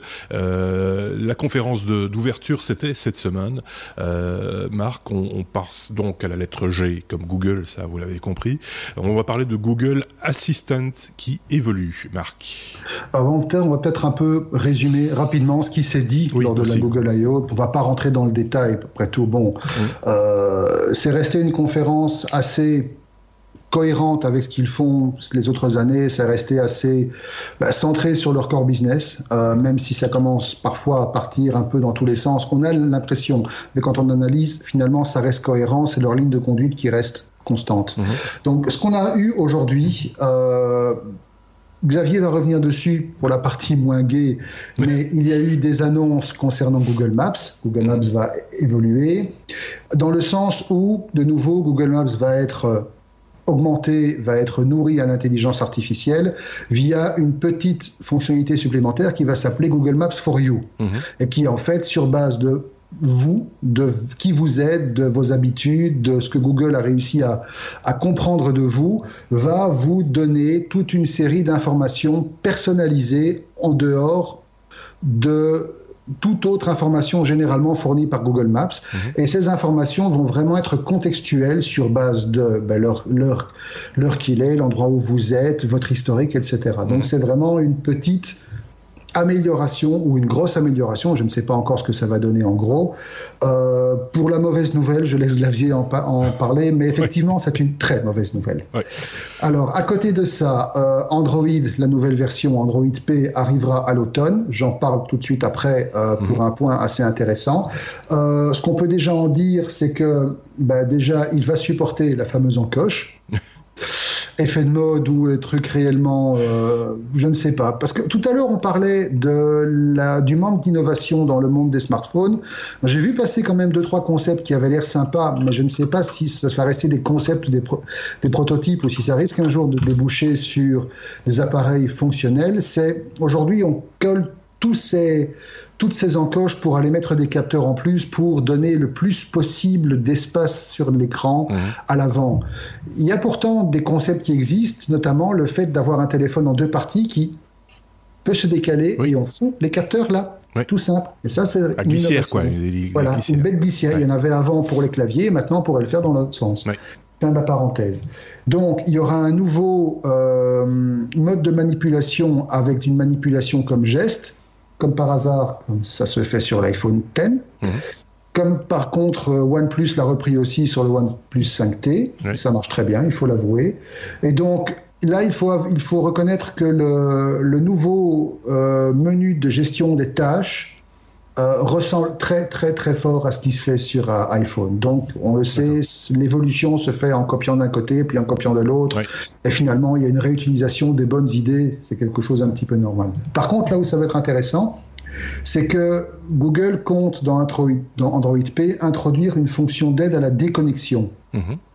Euh, la conférence de, d'ouverture, c'était cette semaine. Euh, Marc, on, on passe donc à la lettre G, comme Google, ça vous l'avez compris. On va parler de Google Assistant qui évolue, Marc.
Avant, on va peut-être un peu résumer rapidement ce qui s'est dit oui, lors de aussi. la Google I O. On ne va pas rentrer dans le détail, après tout. Bon, oui. euh, c'est resté une conférence assez cohérente avec ce qu'ils font les autres années. C'est resté assez bah, centré sur leur core business, euh, même si ça commence parfois à partir un peu dans tous les sens. On a l'impression, mais quand on analyse, finalement, ça reste cohérent. C'est leur ligne de conduite qui reste constante. Mmh. Donc, ce qu'on a eu aujourd'hui, euh, Xavier va revenir dessus pour la partie moins gaie, mais il y a eu des annonces concernant Google Maps. Google Maps va évoluer, dans le sens où, de nouveau, Google Maps va être augmenté, va être nourri à l'intelligence artificielle via une petite fonctionnalité supplémentaire qui va s'appeler Google Maps for You, mmh. et qui, en fait, sur base de vous, de qui vous êtes, de vos habitudes, de ce que Google a réussi à, à comprendre de vous, va vous donner toute une série d'informations personnalisées en dehors de toute autre information généralement fournie par Google Maps. Mmh. Et ces informations vont vraiment être contextuelles sur base de ben, l'heure, l'heure, l'heure qu'il est, l'endroit où vous êtes, votre historique, et cetera. Mmh. Donc c'est vraiment une petite amélioration ou une grosse amélioration, je ne sais pas encore ce que ça va donner en gros. Euh, pour la mauvaise nouvelle, je laisse Xavier en, pa- en parler, mais effectivement, oui. c'est une très mauvaise nouvelle. Oui. Alors, à côté de ça, euh, Android, la nouvelle version Android P arrivera à l'automne. J'en parle tout de suite après euh, pour mmh. un point assez intéressant. Euh, ce qu'on peut déjà en dire, c'est que bah, déjà, il va supporter la fameuse encoche. Effet de mode ou trucs réellement, euh, je ne sais pas. Parce que tout à l'heure, on parlait de la, du manque d'innovation dans le monde des smartphones. J'ai vu passer quand même deux, trois concepts qui avaient l'air sympas, mais je ne sais pas si ça va rester des concepts ou des, pro, des prototypes ou si ça risque un jour de déboucher sur des appareils fonctionnels. C'est, aujourd'hui, on colle tous ces... toutes ces encoches pour aller mettre des capteurs en plus pour donner le plus possible d'espace sur l'écran mmh. à l'avant. Il y a pourtant des concepts qui existent, notamment le fait d'avoir un téléphone en deux parties qui peut se décaler oui. et on fout les capteurs là. Oui. C'est tout simple. Et ça, c'est
la glissière, quoi.
Voilà,
glissière.
Une bête glissière. Ouais. Il y en avait avant pour les claviers, maintenant on pourrait le faire dans l'autre sens. Ouais. Fin de la parenthèse. Donc, il y aura un nouveau euh, mode de manipulation avec une manipulation comme geste. Comme par hasard, ça se fait sur l'iPhone X. Mmh. Comme par contre, OnePlus l'a repris aussi sur le OnePlus cinq T. Oui. Ça marche très bien, il faut l'avouer. Et donc, là, il faut, il faut reconnaître que le, le nouveau euh, menu de gestion des tâches euh, ressemble très, très, très fort à ce qui se fait sur euh, iPhone. Donc, on le sait, l'évolution se fait en copiant d'un côté, puis en copiant de l'autre. Oui. Et finalement, il y a une réutilisation des bonnes idées. C'est quelque chose un petit peu normal. Par contre, là où ça va être intéressant, c'est que Google compte dans Android, dans Android P introduire une fonction d'aide à la déconnexion. Mmh.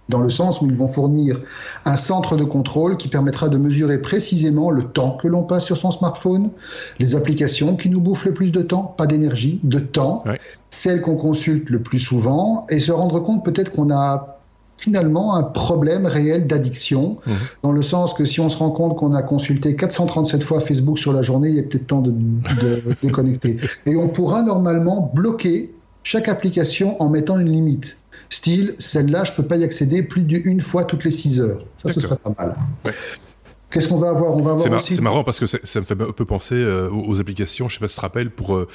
dans le sens où ils vont fournir un centre de contrôle qui permettra de mesurer précisément le temps que l'on passe sur son smartphone, les applications qui nous bouffent le plus de temps, pas d'énergie, de temps, ouais. celles qu'on consulte le plus souvent, et se rendre compte peut-être qu'on a finalement un problème réel d'addiction, mmh. dans le sens que si on se rend compte qu'on a consulté quatre cent trente-sept fois Facebook sur la journée, il est peut-être temps de, de déconnecter. Et on pourra normalement bloquer chaque application en mettant une limite. Style, celle-là, je ne peux pas y accéder plus d'une fois toutes les six heures. Ça, D'accord. ce serait pas mal. Ouais. Qu'est-ce qu'on va avoir? On va avoir
c'est, mar-
aussi...
c'est marrant parce que ça me fait un peu penser euh, aux, aux applications, je sais pas si tu te rappelles, pour euh,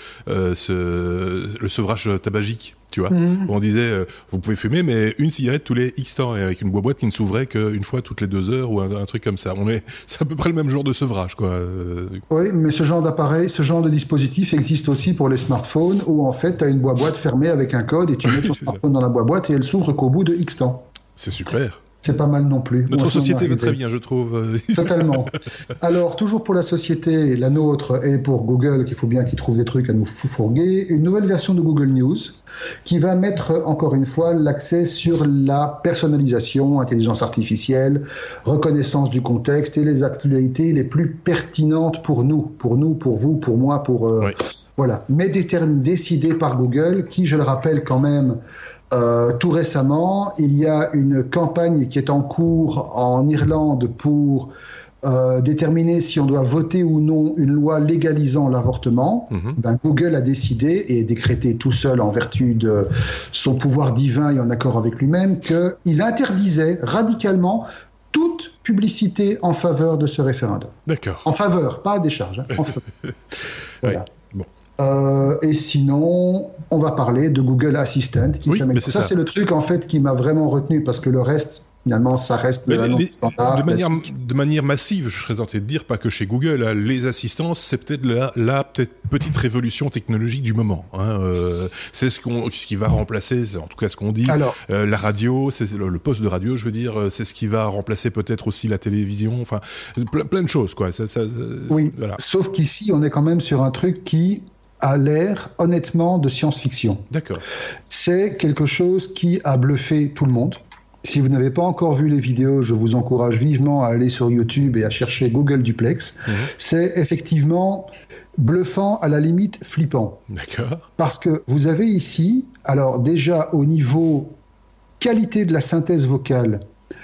ce, le sevrage tabagique, tu vois. Mm-hmm. Où on disait, euh, vous pouvez fumer, mais une cigarette tous les X temps, et avec une boîte qui ne s'ouvrait qu'une fois toutes les deux heures, ou un, un truc comme ça. On est, c'est à peu près le même genre de sevrage, quoi.
Oui, mais ce genre d'appareil, ce genre de dispositif existe aussi pour les smartphones, où en fait, tu as une boîte fermée avec un code, et tu mets ton smartphone ça. dans la boîte, et elle s'ouvre qu'au bout de X temps.
C'est super.
C'est pas mal non plus.
Notre société va très bien, je trouve.
Totalement. Alors, toujours pour la société, la nôtre, et pour Google, qu'il faut bien qu'ils trouvent des trucs à nous fourguer, une nouvelle version de Google News qui va mettre, encore une fois, l'accès sur la personnalisation, intelligence artificielle, reconnaissance du contexte et les actualités les plus pertinentes pour nous, pour nous, pour vous, pour moi, pour... Euh, oui. Voilà. Mais des termes décidés par Google, qui, je le rappelle quand même, Euh, tout récemment, il y a une campagne qui est en cours en Irlande pour euh, déterminer si on doit voter ou non une loi légalisant l'avortement. Mmh. Ben, Google a décidé et décrété tout seul en vertu de son pouvoir divin et en accord avec lui-même qu'il interdisait radicalement toute publicité en faveur de ce référendum.
D'accord.
En faveur, pas à décharge. Hein, en faveur. Voilà.
Oui. Bon.
Euh, et sinon, on va parler de Google Assistant. Qui
oui,
s'améliore.
c'est
ça,
ça,
c'est le truc en fait qui m'a vraiment retenu parce que le reste, finalement, ça reste
mais
de
les,
standard.
De manière, de manière massive, je serais tenté de dire, pas que chez Google, hein, les assistants, c'est peut-être la, la peut-être petite révolution technologique du moment. Hein, euh, c'est ce, qu'on, ce qui va remplacer, c'est en tout cas ce qu'on dit, Alors, euh, la radio, c'est le, le poste de radio, je veux dire, c'est ce qui va remplacer peut-être aussi la télévision, enfin, plein, plein de choses, quoi. Ça, ça,
oui,
voilà.
Sauf qu'ici, on est quand même sur un truc qui a l'air, honnêtement, de science-fiction.
D'accord.
C'est quelque chose qui a bluffé tout le monde. Si vous n'avez pas encore vu les vidéos, je vous encourage vivement à aller sur YouTube et à chercher Google Duplex. Mmh. C'est effectivement bluffant, à la limite flippant.
D'accord.
Parce que vous avez ici, alors déjà au niveau qualité de la synthèse vocale,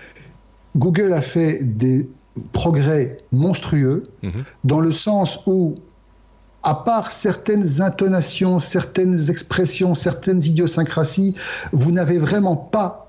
Google a fait des progrès monstrueux, mmh. dans le sens où à part certaines intonations, certaines expressions, certaines idiosyncrasies, vous n'avez vraiment pas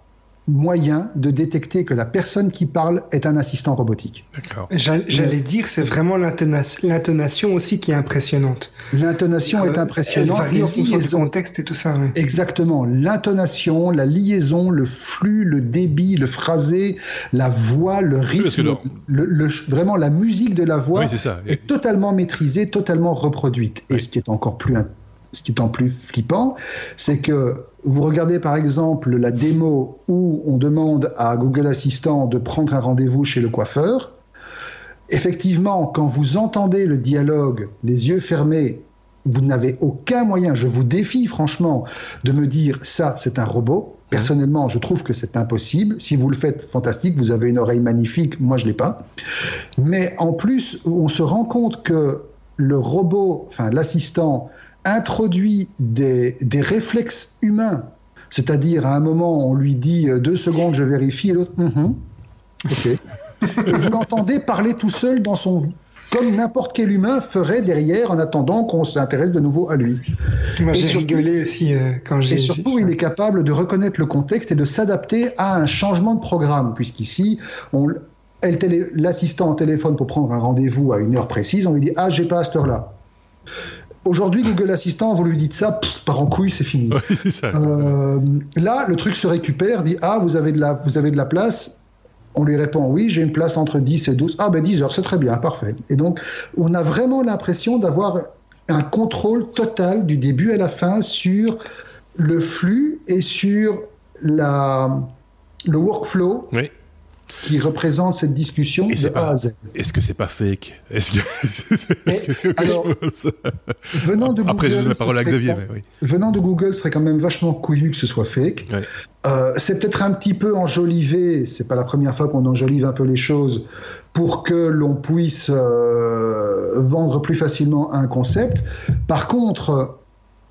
moyen de détecter que la personne qui parle est un assistant robotique.
D'accord.
J'allais dire, c'est vraiment l'intonation, l'intonation aussi qui est impressionnante.
L'intonation euh, est impressionnante.
Elle varie en fonction du contexte et tout ça. Oui.
Exactement. L'intonation, la liaison, le flux, le débit, le phrasé, la voix, le rythme, oui, le, le, vraiment la musique de la voix
oui, c'est ça.
est totalement maîtrisée, totalement reproduite. Oui. Et ce qui est encore plus Ce qui est en plus flippant, c'est que vous regardez par exemple la démo où on demande à Google Assistant de prendre un rendez-vous chez le coiffeur. Effectivement, quand vous entendez le dialogue, les yeux fermés, vous n'avez aucun moyen, je vous défie franchement, de me dire ça, c'est un robot. Personnellement, je trouve que c'est impossible. Si vous le faites, fantastique, vous avez une oreille magnifique, moi je ne l'ai pas. Mais en plus, on se rend compte que le robot, enfin l'assistant, introduit des, des réflexes humains. C'est-à-dire, à un moment, on lui dit euh, deux secondes, je vérifie, et l'autre, mm-hmm. ok. Et vous l'entendez parler tout seul dans son... comme n'importe quel humain ferait derrière en attendant qu'on s'intéresse de nouveau à lui.
Moi,
et
j'ai
sur...
rigolé aussi euh, quand j'ai...
Et surtout, il est capable de reconnaître le contexte et de s'adapter à un changement de programme, puisqu'ici, on... Elle télé... l'assistant au téléphone pour prendre un rendez-vous à une heure précise, on lui dit « Ah, j'ai pas à cette heure-là ». Aujourd'hui, Google Assistant, vous lui dites ça, pff, part en couille, c'est fini.
Oui, ça.
Euh, là, le truc se récupère, dit « Ah, vous avez de la, vous avez de la place ?» On lui répond « Oui, j'ai une place entre dix et douze. » « Ah, ben dix heures, c'est très bien, parfait. » Et donc, on a vraiment l'impression d'avoir un contrôle total du début à la fin sur le flux et sur la, le workflow.
Oui.
qui représente cette discussion
Et
de
pas,
A à Z.
Est-ce que c'est pas fake? Est-ce que...
Mais, alors, venant de Google,
après, je donne la parole à Xavier.
Quand,
mais oui.
Venant de Google, ce serait quand même vachement couillu que ce soit fake.
Ouais.
Euh, c'est peut-être un petit peu enjolivé, c'est pas la première fois qu'on enjolive un peu les choses, pour que l'on puisse euh, vendre plus facilement un concept. Par contre,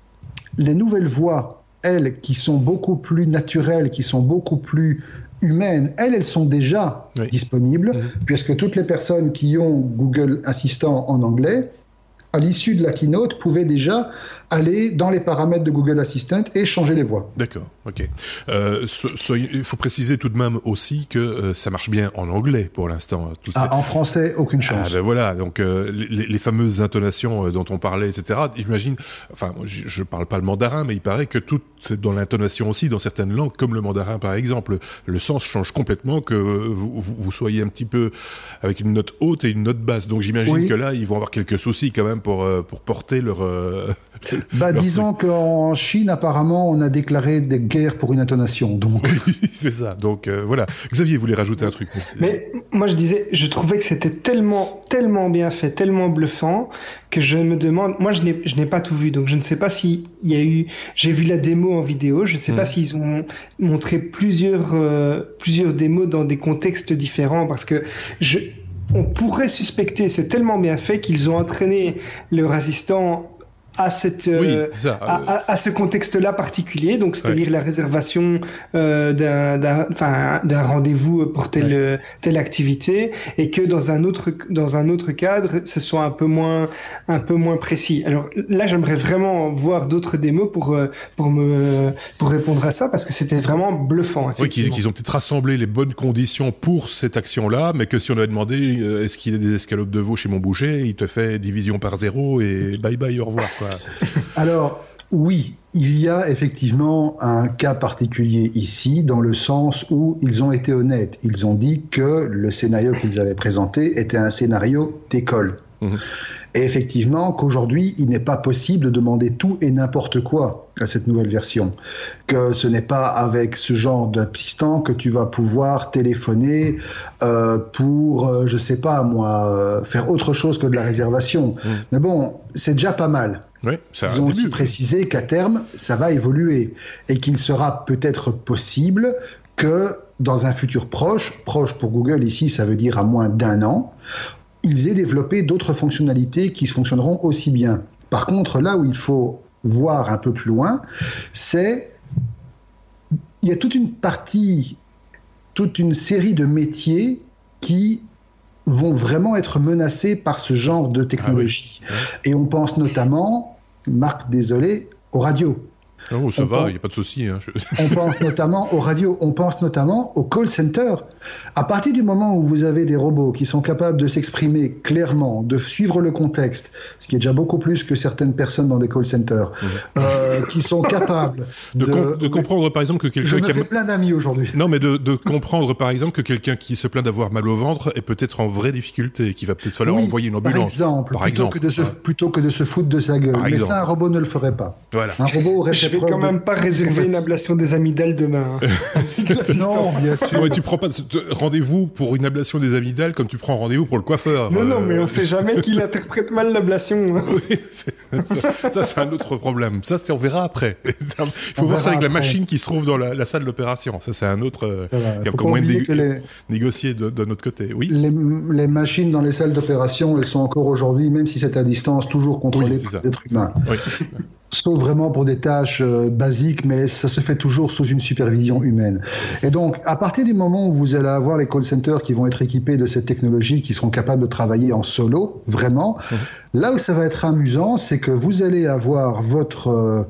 les nouvelles voies, elles, qui sont beaucoup plus naturelles, qui sont beaucoup plus humaines, elles, elles sont déjà oui. disponibles, mmh. puisque toutes les personnes qui ont Google Assistant en anglais, à l'issue de la keynote, pouvaient déjà aller dans les paramètres de Google Assistant et changer les voix.
D'accord, ok. Euh, so, so, il faut préciser tout de même aussi que euh, ça marche bien en anglais pour l'instant.
Ah, ces... En français, aucune chance.
Ah, ben voilà, donc euh, les, les fameuses intonations euh, dont on parlait, et cetera. J'imagine, enfin, je, je parle pas le mandarin, mais il paraît que tout dans l'intonation aussi, dans certaines langues, comme le mandarin par exemple, le sens change complètement, que vous, vous, vous soyez un petit peu avec une note haute et une note basse. Donc j'imagine oui. que là, ils vont avoir quelques soucis quand même pour euh, pour porter leur. Euh,
bah, leur disons truc. Qu'en Chine, apparemment, on a déclaré des guerres pour une intonation. Donc
oui, c'est ça. Donc euh, voilà. Xavier voulait rajouter un truc.
Mais, mais moi, je disais, je trouvais que c'était tellement tellement bien fait, tellement bluffant que je me demande. Moi, je n'ai je n'ai pas tout vu, donc je ne sais pas s'il y a eu. J'ai vu la démo en vidéo. Je ne sais mmh. pas s'ils ont montré plusieurs euh, plusieurs démos dans des contextes différents, parce que je on pourrait suspecter, c'est tellement bien fait qu'ils ont entraîné leur assistant à cette euh, oui, ça, euh... à, à, à ce contexte-là particulier, donc c'est-à-dire ouais. la réservation euh, d'un d'un enfin d'un rendez-vous pour telle ouais. telle activité, et que dans un autre dans un autre cadre ce soit un peu moins un peu moins précis. Alors là, j'aimerais vraiment voir d'autres démos pour pour me pour répondre à ça, parce que c'était vraiment bluffant.
Oui, qu'ils, qu'ils ont peut-être rassemblé les bonnes conditions pour cette action-là, mais que si on avait demandé euh, est-ce qu'il y a des escalopes de veau chez mon boucher, il te fait division par zéro et bye bye, au revoir, quoi.
Alors, oui, il y a effectivement un cas particulier ici, dans le sens où ils ont été honnêtes. Ils ont dit que le scénario qu'ils avaient présenté était un scénario d'école. Mmh. Et effectivement, qu'aujourd'hui, il n'est pas possible de demander tout et n'importe quoi à cette nouvelle version. Que ce n'est pas avec ce genre d'assistant que tu vas pouvoir téléphoner euh, pour, euh, je sais pas moi, euh, faire autre chose que de la réservation. Mmh. Mais bon, c'est déjà pas mal.
Oui, ça
Ils ont aussi précisé qu'à terme, ça va évoluer et qu'il sera peut-être possible que dans un futur proche, proche pour Google ici, ça veut dire à moins d'un an, ils aient développé d'autres fonctionnalités qui fonctionneront aussi bien. Par contre, là où il faut voir un peu plus loin, c'est il y a toute une partie, toute une série de métiers qui vont vraiment être menacés par ce genre de technologie. Ah oui. Et on pense notamment, Marc, désolé, aux radios.
Oh, ça on va, il n'y a pas de souci. Hein. Je...
On pense notamment aux radios, on pense notamment au call center. À partir du moment où vous avez des robots qui sont capables de s'exprimer clairement, de suivre le contexte, ce qui est déjà beaucoup plus que certaines personnes dans des call centers, mmh. euh, qui sont capables
de,
de...
Com- de comprendre par exemple que quelqu'un...
Je me
qui
fais
a...
plein d'amis aujourd'hui.
Non, mais de, de comprendre par exemple que quelqu'un qui se plaint d'avoir mal au ventre est peut-être en vraie difficulté et qu'il va peut-être falloir
oui,
envoyer une ambulance.
Par exemple,
par
plutôt,
exemple.
Que de se,
ouais.
plutôt que de se foutre de sa gueule.
Par
mais
exemple.
ça, un robot ne le ferait pas.
Voilà.
Un robot aurait
Je vais quand même de... pas réserver une ablation des amygdales demain. Hein.
Non, bien sûr.
Ouais, tu prends pas rendez-vous pour une ablation des amygdales comme tu prends rendez-vous pour le coiffeur.
Non,
euh...
non, mais on sait jamais qu'il interprète mal l'ablation. Hein.
Oui, c'est, ça, ça, c'est un autre problème. Ça, c'est, on verra après. Il faut
on
voir ça avec
après.
la machine qui se trouve dans la, la salle d'opération. Ça, c'est un autre.
Il
y a encore moins de
dé... les...
négocier de, de notre côté. Oui.
Les, les machines dans les salles d'opération, elles sont encore aujourd'hui, même si c'est à distance, toujours contrôlées
oui,
par des êtres humains.
Oui.
Sauf vraiment pour des tâches euh, basiques, mais ça se fait toujours sous une supervision humaine. Et donc, à partir du moment où vous allez avoir les call centers qui vont être équipés de cette technologie, qui seront capables de travailler en solo, vraiment, mmh. là où ça va être amusant, c'est que vous allez avoir votre... Euh,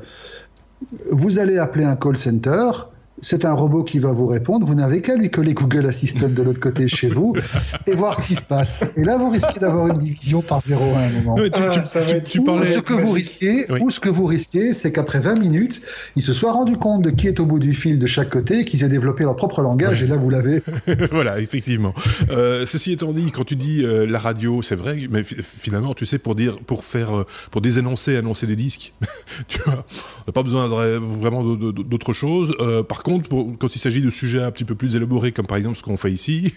vous allez appeler un call center... C'est un robot qui va vous répondre. Vous n'avez qu'à lui coller Google Assistant de l'autre côté chez vous et voir ce qui se passe. Et là, vous risquez d'avoir une division par zéro à un moment.
Oui, tu, ah, tu, ça tu, tu, tu parlais...
Ce que vous risquez, oui. ou ce que vous risquez, c'est qu'après vingt minutes, ils se soient rendus compte de qui est au bout du fil de chaque côté, qu'ils aient développé leur propre langage. Oui. Et là, vous l'avez.
Voilà, effectivement. Euh, ceci étant dit, quand tu dis euh, la radio, c'est vrai, mais f- finalement, tu sais, pour dire, pour faire, euh, pour désénoncer, annoncer des disques, tu vois, on n'a pas besoin de, vraiment de, de, d'autre chose. Euh, par contre, pour, quand il s'agit de sujets un petit peu plus élaborés, comme par exemple ce qu'on fait ici...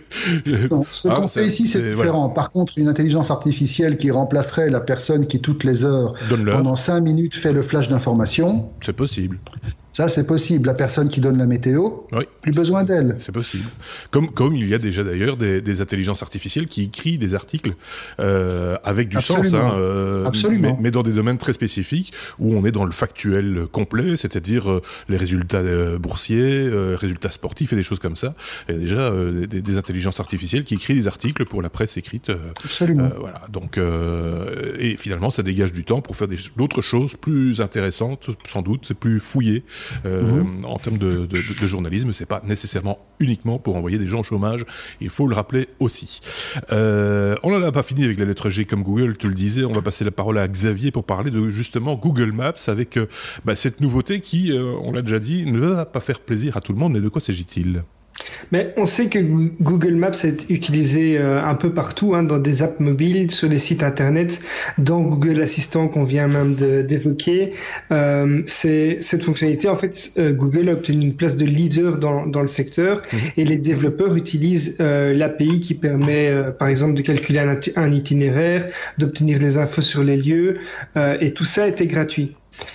non, ce ah, qu'on fait ici, c'est, c'est différent. Voilà. Par contre, une intelligence artificielle qui remplacerait la personne qui, toutes les heures, pendant cinq minutes, fait le flash d'information...
C'est possible.
Ça, c'est possible. La personne qui donne la météo, oui. plus besoin d'elle.
C'est possible. Comme, comme il y a déjà d'ailleurs des, des intelligences artificielles qui écrivent des articles euh, avec du Absolument. sens, hein, euh,
Absolument.
Mais, mais dans des domaines très spécifiques où on est dans le factuel complet, c'est-à-dire euh, les résultats euh, boursiers, euh, résultats sportifs et des choses comme ça. Il y a déjà euh, des, des intelligences artificielles qui écrivent des articles pour la presse écrite. Euh,
Absolument.
Euh, voilà. Donc, euh, et finalement, ça dégage du temps pour faire des, d'autres choses plus intéressantes, sans doute, c'est plus fouillé. Euh, mmh. En termes de, de, de journalisme, c'est pas nécessairement uniquement pour envoyer des gens au chômage. Il faut le rappeler aussi. Euh, on n'en a pas fini avec la lettre G comme Google, tu le disais. On va passer la parole à Xavier pour parler de justement Google Maps avec euh, bah, cette nouveauté qui, euh, on l'a déjà dit, ne va pas faire plaisir à tout le monde. Mais de quoi s'agit-il ?
Mais on sait que Google Maps est utilisé euh, un peu partout, hein, dans des apps mobiles, sur les sites internet, dans Google Assistant qu'on vient même de, d'évoquer. Euh, c'est, cette fonctionnalité, en fait, euh, Google a obtenu une place de leader dans, dans le secteur, mmh. et les développeurs utilisent euh, l'A P I qui permet, euh, par exemple, de calculer un, un itinéraire, d'obtenir des infos sur les lieux, euh, et tout ça était gratuit.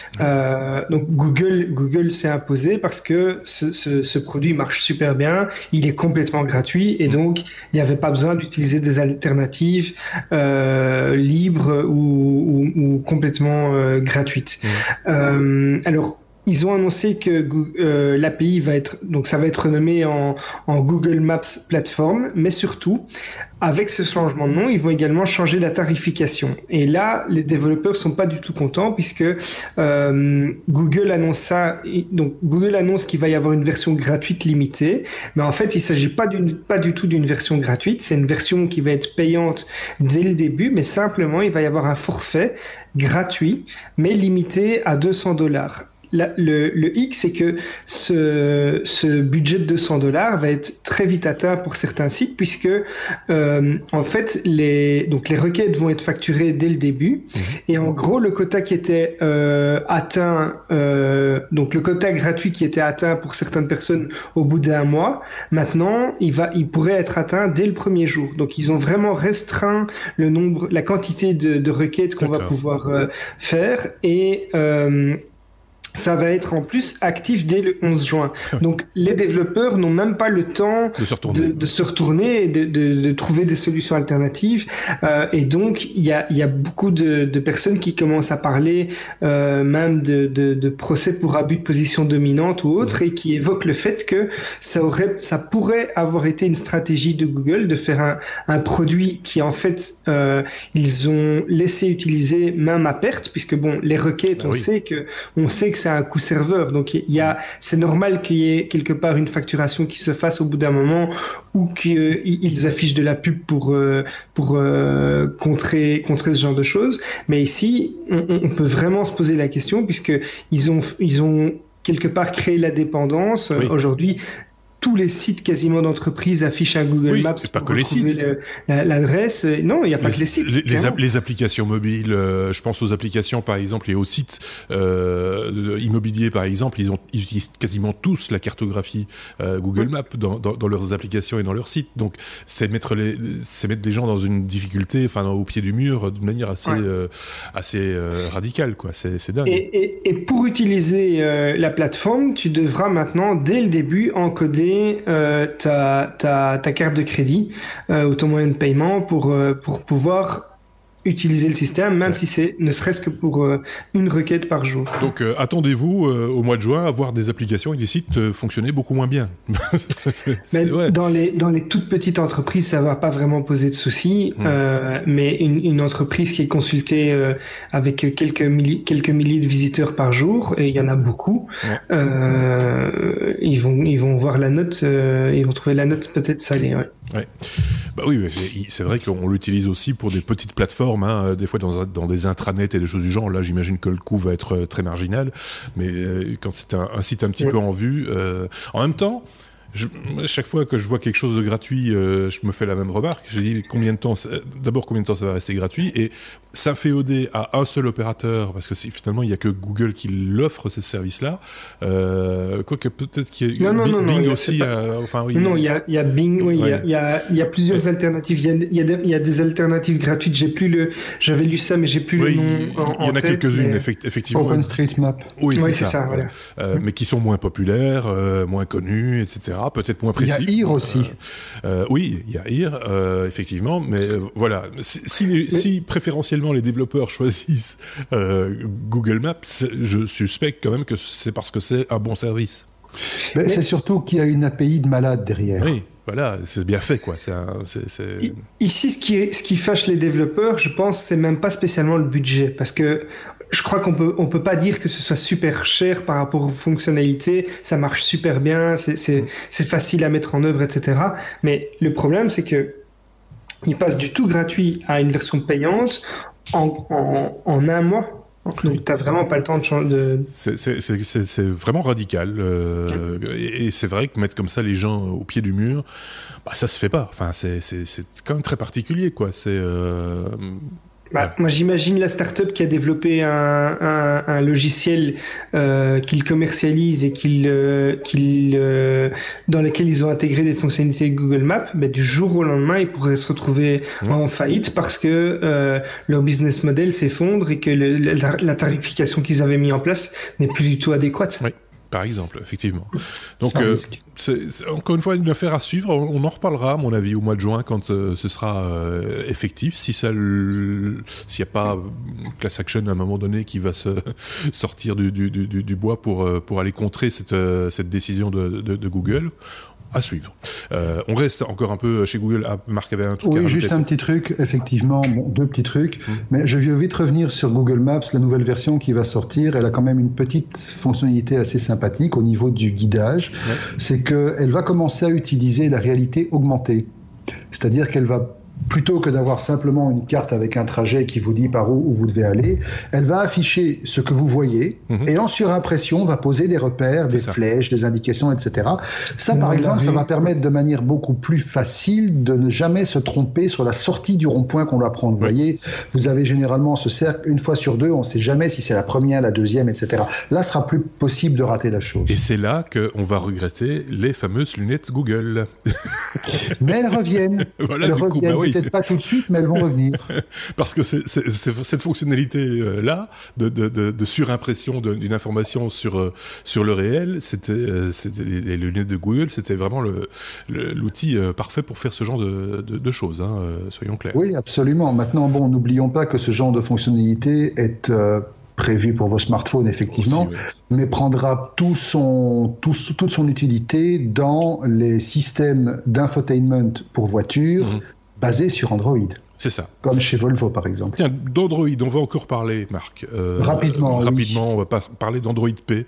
Euh, donc Google, Google s'est imposé parce que ce, ce, ce produit marche super bien, il est complètement gratuit et donc il n'y avait pas besoin d'utiliser des alternatives euh, libres ou, ou, ou complètement euh, gratuites. Mmh. Euh, alors ils ont annoncé que euh, l'A P I va être, donc ça va être renommé en, en Google Maps Platform, mais surtout, avec ce changement de nom, ils vont également changer la tarification. Et là, les développeurs sont pas du tout contents puisque euh, Google annonce ça. Donc Google annonce qu'il va y avoir une version gratuite limitée, mais en fait, il s'agit pas d'une, pas du tout d'une version gratuite. C'est une version qui va être payante dès le début, mais simplement, il va y avoir un forfait gratuit, mais limité à deux cents dollars. La, le, le hic, c'est que ce, ce budget de deux cents dollars va être très vite atteint pour certains sites puisque euh, en fait les donc les requêtes vont être facturées dès le début mmh. et en gros le quota qui était euh, atteint euh, donc le quota gratuit qui était atteint pour certaines personnes au bout d'un mois, maintenant il va il pourrait être atteint dès le premier jour. Donc ils ont vraiment restreint le nombre, la quantité de, de requêtes qu'on D'accord. va pouvoir euh, faire et euh, ça va être en plus actif dès le onze juin. Donc les développeurs n'ont même pas le temps
de se retourner,
de, de, se retourner et de, de, de trouver des solutions alternatives. Euh, et donc il y a, y a beaucoup de, de personnes qui commencent à parler euh, même de, de, de procès pour abus de position dominante ou autre, mmh. et qui évoquent le fait que ça aurait, ça pourrait avoir été une stratégie de Google de faire un, un produit qui en fait euh, ils ont laissé utiliser même à perte, puisque bon les requêtes, bah on oui. sait que on sait que c'est un coût serveur, donc il y a, c'est normal qu'il y ait quelque part une facturation qui se fasse au bout d'un moment ou qu'ils affichent de la pub pour pour euh, contrer contrer ce genre de choses. Mais ici, on, on peut vraiment se poser la question puisque ils ont ils ont quelque part créé la dépendance. Oui. Aujourd'hui, tous les sites quasiment d'entreprise affichent un Google
oui,
Maps
pas
pour
que les
retrouver
sites.
Le, la, l'adresse. Non, il n'y a pas
les,
que les sites.
Les, les, app- les applications mobiles, euh, je pense aux applications par exemple et aux sites euh, immobiliers par exemple, ils, ont, ils utilisent quasiment tous la cartographie euh, Google Maps dans, dans, dans leurs applications et dans leurs sites. Donc c'est mettre, les, c'est mettre des gens dans une difficulté, enfin au pied du mur, de manière assez, ouais. euh, assez euh, radicale, quoi. C'est, c'est dingue.
Et, et, et pour utiliser euh, la plateforme, tu devras maintenant dès le début encoder Euh, ta, ta, ta carte de crédit euh, ou ton moyen de paiement pour, euh, pour pouvoir utiliser le système, même ouais. si c'est ne serait-ce que pour euh, une requête par jour.
Donc euh, attendez-vous euh, au mois de juin à voir des applications et des sites euh, fonctionner beaucoup moins bien.
c'est, mais c'est dans les dans les toutes petites entreprises, ça va pas vraiment poser de soucis, mmh. euh, mais une, une entreprise qui est consultée euh, avec quelques milliers quelques milliers de visiteurs par jour, et il y en a beaucoup, ouais. euh, ils vont ils vont voir la note, euh, ils vont trouver la note peut-être salée. Ouais.
Ouais. Bah oui, c'est, c'est vrai qu'on l'utilise aussi pour des petites plateformes. Hein, des fois dans, dans des intranets et des choses du genre, là j'imagine que le coût va être très marginal, mais euh, quand c'est un, un site un petit ouais. peu en vue, euh, en même temps, Je, chaque fois que je vois quelque chose de gratuit, euh, je me fais la même remarque. Je dis combien de temps, ça, d'abord combien de temps ça va rester gratuit, et s'inféoder à un seul opérateur, parce que c'est, finalement il y a que Google qui l'offre ce service-là. Euh, Quoique peut-être qu'il y a
non,
Bing,
non, non,
Bing
non,
aussi.
pas...
Euh, enfin oui.
Non, il y a, il y a Bing, oui,
ouais.
il, y a, il, y a, il y a plusieurs ouais. alternatives. Il y a, il y a, des, il y a des alternatives gratuites. J'ai plus le, j'avais lu ça, mais j'ai plus
oui,
le nom
il,
en,
il y en a
tête,
quelques-unes,
mais...
effectivement.
OpenStreetMap.
Oui,
oui,
c'est,
c'est
ça.
ça voilà.
euh, mais qui sont moins populaires, euh, moins connus, et cetera. Peut-être moins précis.
Il y a Ear aussi.
Euh, euh, oui, il y a Ear, euh, effectivement. Mais euh, voilà, si, si, les, mais... si préférentiellement les développeurs choisissent euh, Google Maps, je suspecte quand même que c'est parce que c'est un bon service.
Mais mais... c'est surtout qu'il y a une A P I de malade derrière.
Oui. Voilà, c'est bien fait, quoi. C'est un, c'est, c'est...
Ici, ce qui, est, ce qui fâche les développeurs, je pense, c'est même pas spécialement le budget, parce que je crois qu'on peut, on peut pas dire que ce soit super cher par rapport aux fonctionnalités. Ça marche super bien, c'est, c'est, c'est facile à mettre en œuvre, et cetera. Mais le problème, c'est que il passe du tout gratuit à une version payante en, en, en un mois. Donc, t'as vraiment pas le temps de changer de...
C'est, c'est, c'est, c'est, c'est vraiment radical. Euh, et, et c'est vrai que mettre comme ça les gens au pied du mur, bah, ça se fait pas. Enfin, c'est, c'est, c'est quand même très particulier, quoi. C'est... Euh...
Bah, ouais. Moi, j'imagine la start-up qui a développé un, un, un logiciel euh, qu'ils commercialisent et qu'ils, euh, qu'ils, euh, dans lequel ils ont intégré des fonctionnalités de Google Maps. Mais du jour au lendemain, ils pourraient se retrouver ouais. en faillite parce que euh, leur business model s'effondre et que le, la, la tarification qu'ils avaient mis en place n'est plus du tout adéquate.
Oui. Par exemple, effectivement. Donc, euh, c'est, c'est encore une fois une affaire à suivre. On, on en reparlera, à mon avis, au mois de juin, quand euh, ce sera euh, effectif. Si ça, le, s'il n'y a pas Class Action à un moment donné qui va se sortir du, du, du, du bois pour pour aller contrer cette cette décision de, de, de Google. À suivre. Euh, on reste encore un peu chez Google. Ah, Marc avait un truc
oui,
à
juste un petit truc, effectivement, bon, deux petits trucs. Mmh. Mais je veux vite revenir sur Google Maps, la nouvelle version qui va sortir. Elle a quand même une petite fonctionnalité assez sympathique au niveau du guidage. Ouais. C'est qu'elle va commencer à utiliser la réalité augmentée. C'est-à-dire qu'elle va, plutôt que d'avoir simplement une carte avec un trajet qui vous dit par où, où vous devez aller, elle va afficher ce que vous voyez mmh. et en surimpression va poser des repères, des flèches, des indications, et cetera. Ça, par exemple, ça va permettre de manière beaucoup plus facile de ne jamais se tromper sur la sortie du rond-point qu'on doit prendre. Vous oui. voyez, vous avez généralement ce cercle, une fois sur deux, on ne sait jamais si c'est la première, la deuxième, et cetera. Là, ce sera plus possible de rater la chose.
Et c'est là qu'on va regretter les fameuses lunettes Google.
Mais elles reviennent. Voilà, elles reviennent. Coup, bah oui. Peut-être pas tout de suite, mais elles vont revenir.
Parce que c'est, c'est, c'est cette fonctionnalité-là, de, de, de, de surimpression de, d'une information sur, sur le réel, c'était, c'était les, les lunettes de Google, c'était vraiment le, le, l'outil parfait pour faire ce genre de, de, de choses, hein, soyons clairs.
Oui, absolument. Maintenant, bon, n'oublions pas que ce genre de fonctionnalité est... Euh, prévu pour vos smartphones, effectivement, aussi, ouais. mais prendra tout son, tout, toute son utilité dans les systèmes d'infotainment pour voitures mmh. basés sur Android.
C'est ça.
Comme chez Volvo, par exemple.
Tiens, d'Android, on va encore parler, Marc. Euh,
rapidement,
euh, Rapidement,
oui.
on va par- parler d'Android P,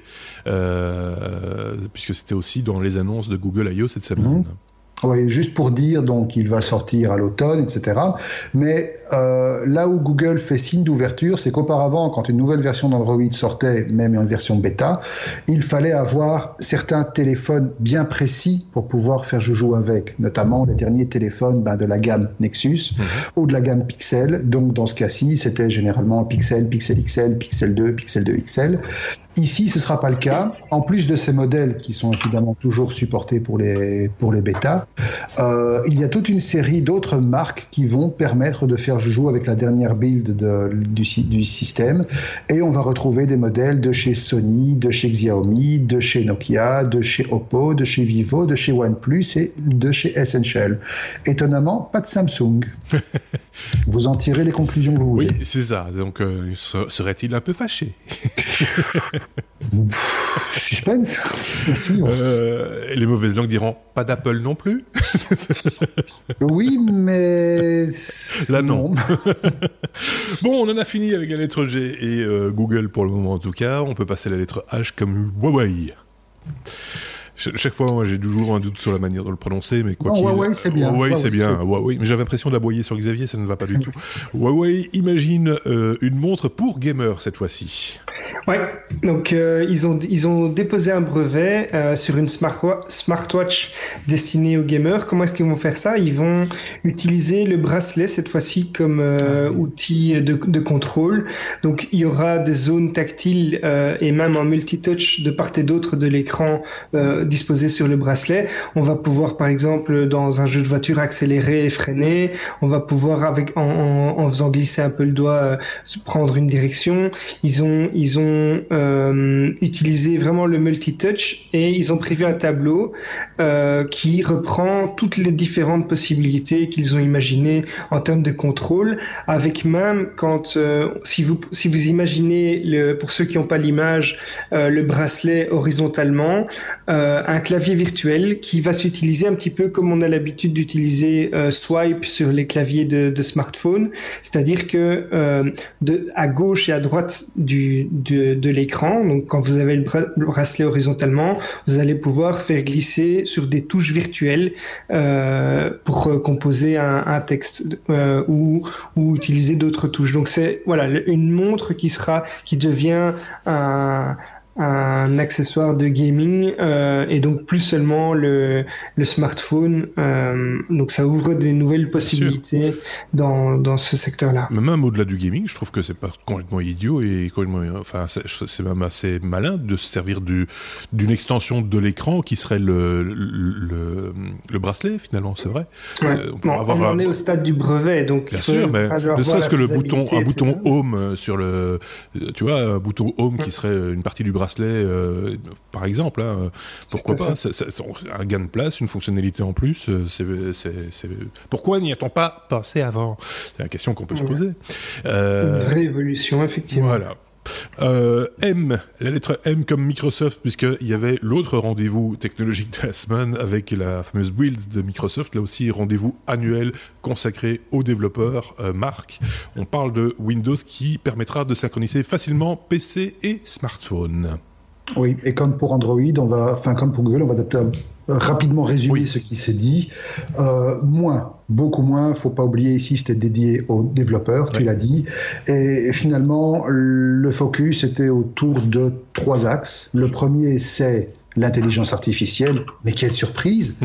euh, puisque c'était aussi dans les annonces de Google I O cette semaine. Mmh.
Oui, juste pour dire, donc il va sortir à l'automne, et cetera. Mais euh, là où Google fait signe d'ouverture, c'est qu'auparavant, quand une nouvelle version d'Android sortait, même une version bêta, il fallait avoir certains téléphones bien précis pour pouvoir faire joujou avec, notamment les derniers téléphones ben, de la gamme Nexus mmh. ou de la gamme Pixel. Donc dans ce cas-ci, c'était généralement Pixel, Pixel X L, Pixel deux, Pixel deux X L. Ici, ce ne sera pas le cas. En plus de ces modèles qui sont évidemment toujours supportés pour les, pour les bêtas, euh, il y a toute une série d'autres marques qui vont permettre de faire joujou avec la dernière build de, du, du système. Et on va retrouver des modèles de chez Sony, de chez Xiaomi, de chez Nokia, de chez Oppo, de chez Vivo, de chez OnePlus et de chez Essential. Étonnamment, pas de Samsung. Vous en tirez les conclusions que vous voulez.
Oui, c'est ça. Donc, euh, serait-il un peu fâché?
Suspense, bien sûr.
Euh, les mauvaises langues diront pas d'Apple non plus.
Oui, mais
là non. non. Bon, on en a fini avec la lettre G et euh, Google pour le moment en tout cas. On peut passer à la lettre H comme Huawei. Chaque fois, moi, j'ai toujours un doute sur la manière de le prononcer, mais quoi
non,
qu'il...
Huawei, c'est bien.
Huawei,
Huawei,
c'est bien. C'est... Huawei. Mais j'avais l'impression d'aboyer sur Xavier, ça ne va pas du tout. Huawei imagine euh, une montre pour gamers cette fois-ci.
Ouais, donc euh, ils ont ils ont déposé un brevet euh, sur une smartwatch, smartwatch destinée aux gamers. Comment est-ce qu'ils vont faire ça? Ils vont utiliser le bracelet cette fois-ci comme euh, outil de, de contrôle. Donc il y aura des zones tactiles euh, et même en multitouch de part et d'autre de l'écran euh, disposées sur le bracelet. On va pouvoir par exemple dans un jeu de voiture accélérer et freiner. On va pouvoir avec en, en, en faisant glisser un peu le doigt euh, prendre une direction. Ils ont ils ont Euh, utilisé vraiment le multitouch et ils ont prévu un tableau euh, qui reprend toutes les différentes possibilités qu'ils ont imaginées en termes de contrôle, avec même quand euh, si vous si vous imaginez le, pour ceux qui n'ont pas l'image euh, le bracelet horizontalement, euh, un clavier virtuel qui va s'utiliser un petit peu comme on a l'habitude d'utiliser euh, swipe sur les claviers de, de smartphone, c'est-à-dire que euh, de à gauche et à droite du, du De, de l'écran. Donc, quand vous avez le, bra- le bracelet horizontalement, vous allez pouvoir faire glisser sur des touches virtuelles euh, pour euh, composer un, un texte euh, ou, ou utiliser d'autres touches. Donc, c'est voilà une montre qui sera, qui devient un un accessoire de gaming euh, et donc plus seulement le, le smartphone. Euh, donc ça ouvre des nouvelles possibilités dans, dans ce secteur-là.
Mais même au-delà du gaming, je trouve que c'est pas complètement idiot et complètement, enfin c'est, c'est même assez malin de se servir du, d'une extension de l'écran qui serait le, le, le, le bracelet finalement, c'est vrai.
Ouais. Euh, on, bon, avoir on en un... est au stade du brevet, donc
bien sûr, mais ne serait-ce que le bouton, un bouton home sur le, tu vois, un bouton home qui serait une partie du bracelet. Euh, par exemple, hein, pourquoi pas ça, ça, ça, un gain de place, une fonctionnalité en plus, c'est, c'est, c'est... pourquoi n'y a-t-on pas pensé avant? C'est la question qu'on peut ouais. se poser.
Euh... Une vraie évolution, effectivement.
Voilà. Euh, M, la lettre M comme Microsoft, puisqu'il y avait l'autre rendez-vous technologique de la semaine avec la fameuse build de Microsoft, là aussi rendez-vous annuel consacré aux développeurs euh, marques. On parle de Windows qui permettra de synchroniser facilement P C et smartphone.
Oui, et comme pour Android, on va, enfin comme pour Google, on va adapter un... rapidement résumer oui. ce qui s'est dit. Euh, moins, beaucoup moins, faut pas oublier ici, c'était dédié aux développeurs, oui. tu l'as dit. Et finalement, le focus était autour de trois axes. Le premier, c'est l'intelligence artificielle, mais quelle surprise.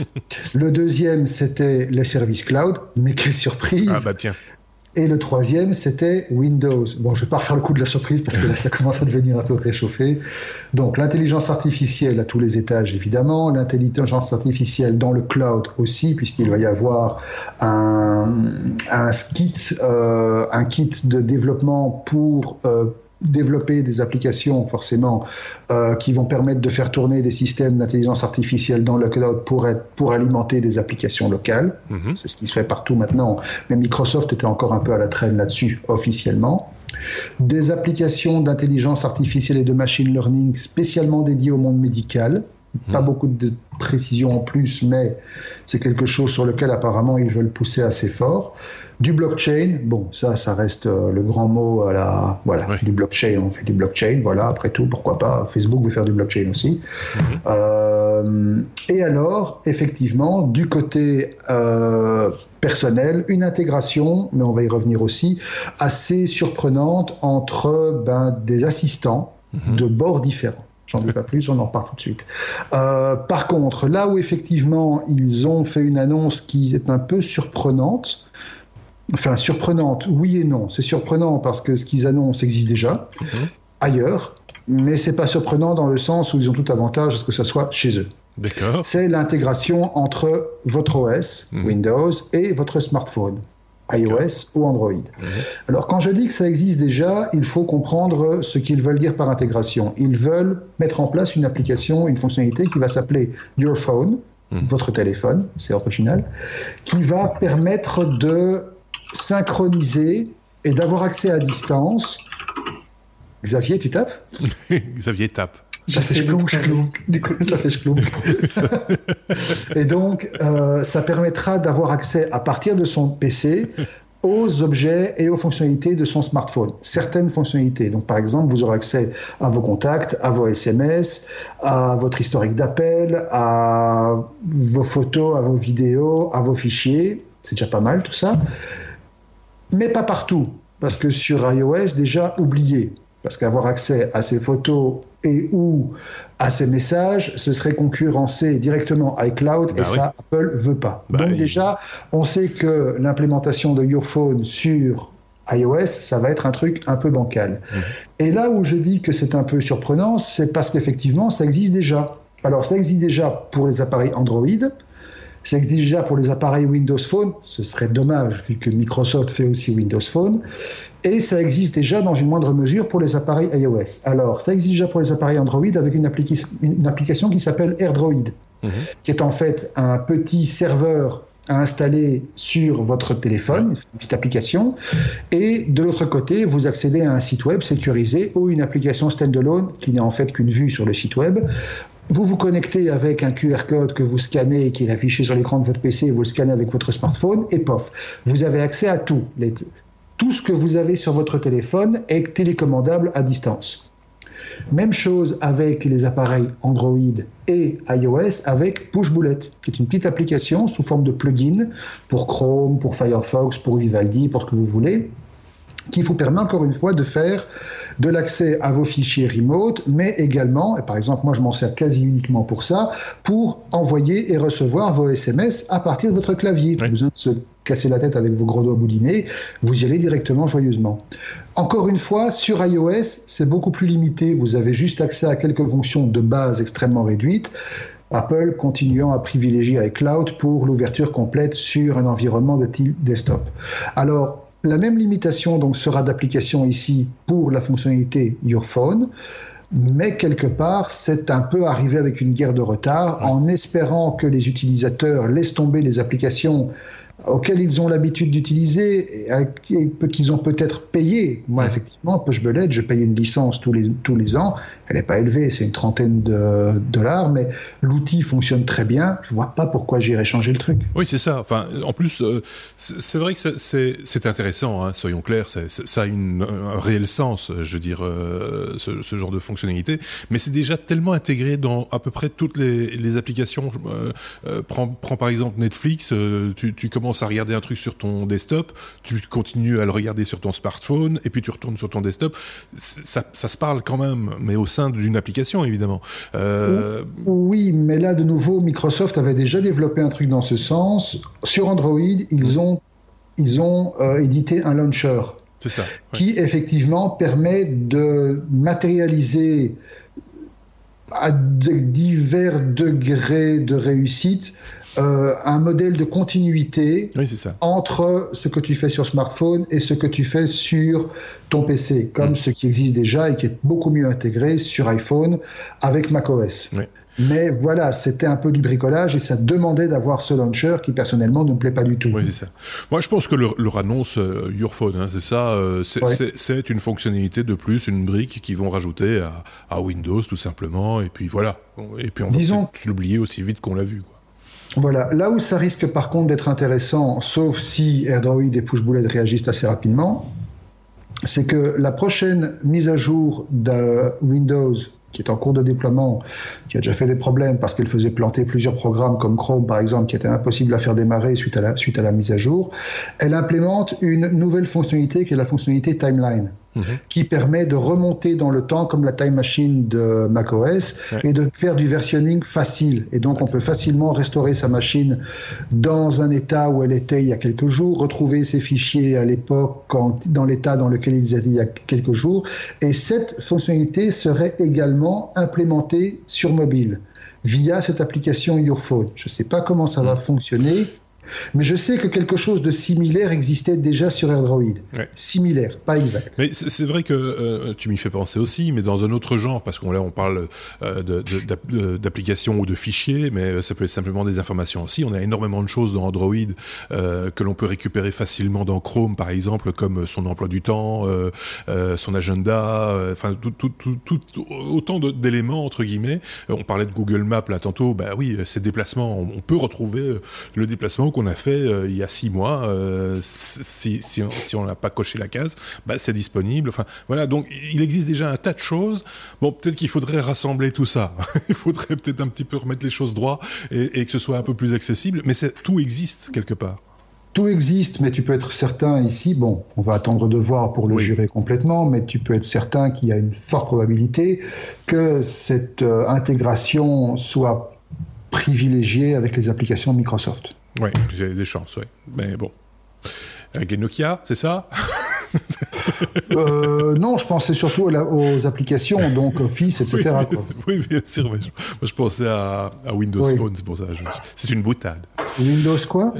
Le deuxième, c'était les services cloud, mais quelle surprise.
Ah bah tiens.
Et le troisième, c'était Windows. Bon, je ne vais pas refaire le coup de la surprise parce que là, ça commence à devenir un peu réchauffé. Donc, l'intelligence artificielle à tous les étages, évidemment. L'intelligence artificielle dans le cloud aussi, puisqu'il va y avoir un, un kit, euh, un kit de développement pour euh, développer des applications, forcément, euh, qui vont permettre de faire tourner des systèmes d'intelligence artificielle dans le cloud pour, être, pour alimenter des applications locales. Mm-hmm. C'est ce qui se fait partout maintenant. Mais Microsoft était encore un peu à la traîne là-dessus, officiellement. Des applications d'intelligence artificielle et de machine learning spécialement dédiées au monde médical. Mm-hmm. Pas beaucoup de précision en plus, mais c'est quelque chose sur lequel apparemment ils veulent pousser assez fort. Du blockchain, bon, ça, ça reste euh, le grand mot à la, voilà, oui. du blockchain, on fait du blockchain, voilà, après tout, pourquoi pas, Facebook veut faire du blockchain aussi. Mm-hmm. Euh, et alors, effectivement, du côté euh, personnel, une intégration, mais on va y revenir aussi, assez surprenante entre ben, des assistants mm-hmm. de bords différents. J'en dis pas plus, on en reparle tout de suite. Euh, par contre, là où effectivement, ils ont fait une annonce qui est un peu surprenante, Enfin, surprenante, oui et non. C'est surprenant parce que ce qu'ils annoncent existe déjà mmh. ailleurs, mais c'est pas surprenant dans le sens où ils ont tout avantage à ce que ça soit chez eux.
D'accord.
C'est l'intégration entre votre O S, mmh. Windows, et votre smartphone, iOS D'accord. ou Android. Mmh. Alors, quand je dis que ça existe déjà, il faut comprendre ce qu'ils veulent dire par intégration. Ils veulent mettre en place une application, une fonctionnalité qui va s'appeler Your Phone, mmh. votre téléphone, c'est original, qui va permettre de synchroniser et d'avoir accès à distance. Xavier, tu tapes?
Xavier tape.
Ça fait ch'cloum, ch'cloum. Du coup, ça fait ch'cloum. Et donc, euh, ça permettra d'avoir accès à partir de son P C aux objets et aux fonctionnalités de son smartphone. Certaines fonctionnalités. Donc, par exemple, vous aurez accès à vos contacts, à vos S M S, à votre historique d'appel, à vos photos, à vos vidéos, à vos fichiers. C'est déjà pas mal, tout ça. Mais pas partout, parce que sur iOS, déjà, oubliez. parce qu'avoir accès à ces photos et ou à ces messages, ce serait concurrencer directement iCloud, bah et oui. ça, Apple veut pas. Bah Donc oui. déjà, on sait que l'implémentation de Your Phone sur iOS, ça va être un truc un peu bancal. Mmh. Et là où je dis que c'est un peu surprenant, c'est parce qu'effectivement, ça existe déjà. Alors, ça existe déjà pour les appareils Android, ça existe déjà pour les appareils Windows Phone, ce serait dommage vu que Microsoft fait aussi Windows Phone, et ça existe déjà dans une moindre mesure pour les appareils iOS. Alors, ça existe déjà pour les appareils Android avec une, applica- une application qui s'appelle AirDroid, mmh. qui est en fait un petit serveur à installer sur votre téléphone, une petite application, et de l'autre côté, vous accédez à un site web sécurisé ou une application standalone qui n'est en fait qu'une vue sur le site web. Vous vous connectez avec un Q R code que vous scannez et qui est affiché sur l'écran de votre P C, vous le scannez avec votre smartphone et pof, vous avez accès à tout. Les, tout ce que vous avez sur votre téléphone est télécommandable à distance. Même chose avec les appareils Android et iOS avec Pushbullet, qui est une petite application sous forme de plugin pour Chrome, pour Firefox, pour Vivaldi, pour ce que vous voulez, qui vous permet encore une fois de faire de l'accès à vos fichiers remote, mais également, et par exemple moi je m'en sers quasi uniquement pour ça, pour envoyer et recevoir vos S M S à partir de votre clavier. Pas oui. besoin de se casser la tête avec vos gros doigts boudinés, vous y allez directement joyeusement. Encore une fois, sur iOS, c'est beaucoup plus limité, vous avez juste accès à quelques fonctions de base extrêmement réduites, Apple continuant à privilégier iCloud pour l'ouverture complète sur un environnement de type desktop. Alors, la même limitation donc sera d'application ici pour la fonctionnalité Your Phone, mais quelque part, c'est un peu arrivé avec une guerre de retard, ouais. en espérant que les utilisateurs laissent tomber les applications auxquelles ils ont l'habitude d'utiliser et qu'ils ont peut-être payé. Moi, ouais. effectivement, Pushbullet, je paye une licence tous les, tous les ans. Elle n'est pas élevée, c'est une trentaine de dollars, mais l'outil fonctionne très bien. Je ne vois pas pourquoi j'irais changer le truc.
Oui, c'est ça. Enfin, en plus, euh, c'est, c'est vrai que c'est, c'est, c'est intéressant, hein, soyons clairs. C'est, c'est, ça a une, un réel sens, je veux dire, euh, ce, ce genre de fonctionnalité. Mais c'est déjà tellement intégré dans à peu près toutes les, les applications. Euh, euh, prends, prends par exemple Netflix, euh, tu, tu commences à regarder un truc sur ton desktop, tu continues à le regarder sur ton smartphone, et puis tu retournes sur ton desktop. Ça, ça se parle quand même, mais au sein d'une application, évidemment. Euh...
Oui, mais là, de nouveau, Microsoft avait déjà développé un truc dans ce sens. Sur Android, ils ont, ils ont euh, édité un launcher.
C'est ça. Ouais.
Qui, effectivement, permet de matérialiser à divers degrés de réussite Euh, un modèle de continuité
oui, c'est ça.
entre ce que tu fais sur smartphone et ce que tu fais sur ton P C, comme mmh. ce qui existe déjà et qui est beaucoup mieux intégré sur iPhone avec macOS. Oui. Mais voilà, c'était un peu du bricolage et ça demandait d'avoir ce launcher qui personnellement ne me plaît pas du tout.
Oui, c'est ça. Moi, je pense que leur, leur annonce euh, Your Phone, hein, c'est ça, euh, c'est, ouais. c'est, c'est une fonctionnalité de plus, une brique qu'ils vont rajouter à, à Windows tout simplement, et puis voilà. Et puis on
Disons...
va peut-être l'oublier aussi vite qu'on l'a vu, quoi.
Voilà. Là où ça risque par contre d'être intéressant, sauf si AirDroid et Pushbullet réagissent assez rapidement, c'est que la prochaine mise à jour de Windows, qui est en cours de déploiement, qui a déjà fait des problèmes parce qu'elle faisait planter plusieurs programmes comme Chrome par exemple, qui était impossible à faire démarrer suite à la, suite à la mise à jour, elle implémente une nouvelle fonctionnalité qui est la fonctionnalité Timeline. Mmh. Qui permet de remonter dans le temps comme la Time Machine de macOS ouais. et de faire du versionning facile. Et donc, on peut facilement restaurer sa machine dans un état où elle était il y a quelques jours, retrouver ses fichiers à l'époque quand, dans l'état dans lequel ils étaient il y a quelques jours. Et cette fonctionnalité serait également implémentée sur mobile via cette application Your Phone. Je ne sais pas comment ça mmh. va fonctionner. Mais je sais que quelque chose de similaire existait déjà sur AirDroid. Ouais. Similaire, pas exact.
Mais c'est, c'est vrai que euh, tu m'y fais penser aussi, mais dans un autre genre, parce qu'on là on parle euh, de, de, de, d'applications ou de fichiers, mais ça peut être simplement des informations aussi. On a énormément de choses dans Android euh, que l'on peut récupérer facilement dans Chrome, par exemple, comme son emploi du temps, euh, euh, son agenda, enfin euh, tout, tout, tout, tout, autant de, d'éléments entre guillemets. On parlait de Google Maps là tantôt. Bah oui, ces déplacements, on, on peut retrouver le déplacement qu'on a fait euh, il y a six mois, euh, si, si, on, si on n'a pas coché la case, bah, c'est disponible. Enfin, voilà, donc il existe déjà un tas de choses. Bon, peut-être qu'il faudrait rassembler tout ça. Il faudrait peut-être un petit peu remettre les choses droit et, et que ce soit un peu plus accessible, mais c'est, tout existe quelque part.
tout existe, mais tu peux être certain ici, bon, on va attendre de voir pour le oui. jurer complètement, mais tu peux être certain qu'il y a une forte probabilité que cette euh, intégration soit privilégiée avec les applications de Microsoft.
Oui, il y a des chances, oui. Mais bon. Avec les Nokia, c'est ça?
euh, non, je pensais surtout à la, aux applications, donc Office, et cetera.
Oui,
quoi.
oui bien sûr. Mais je, moi, je pensais à, à Windows oui. Phone, c'est pour ça. Je, c'est une boutade.
Windows quoi?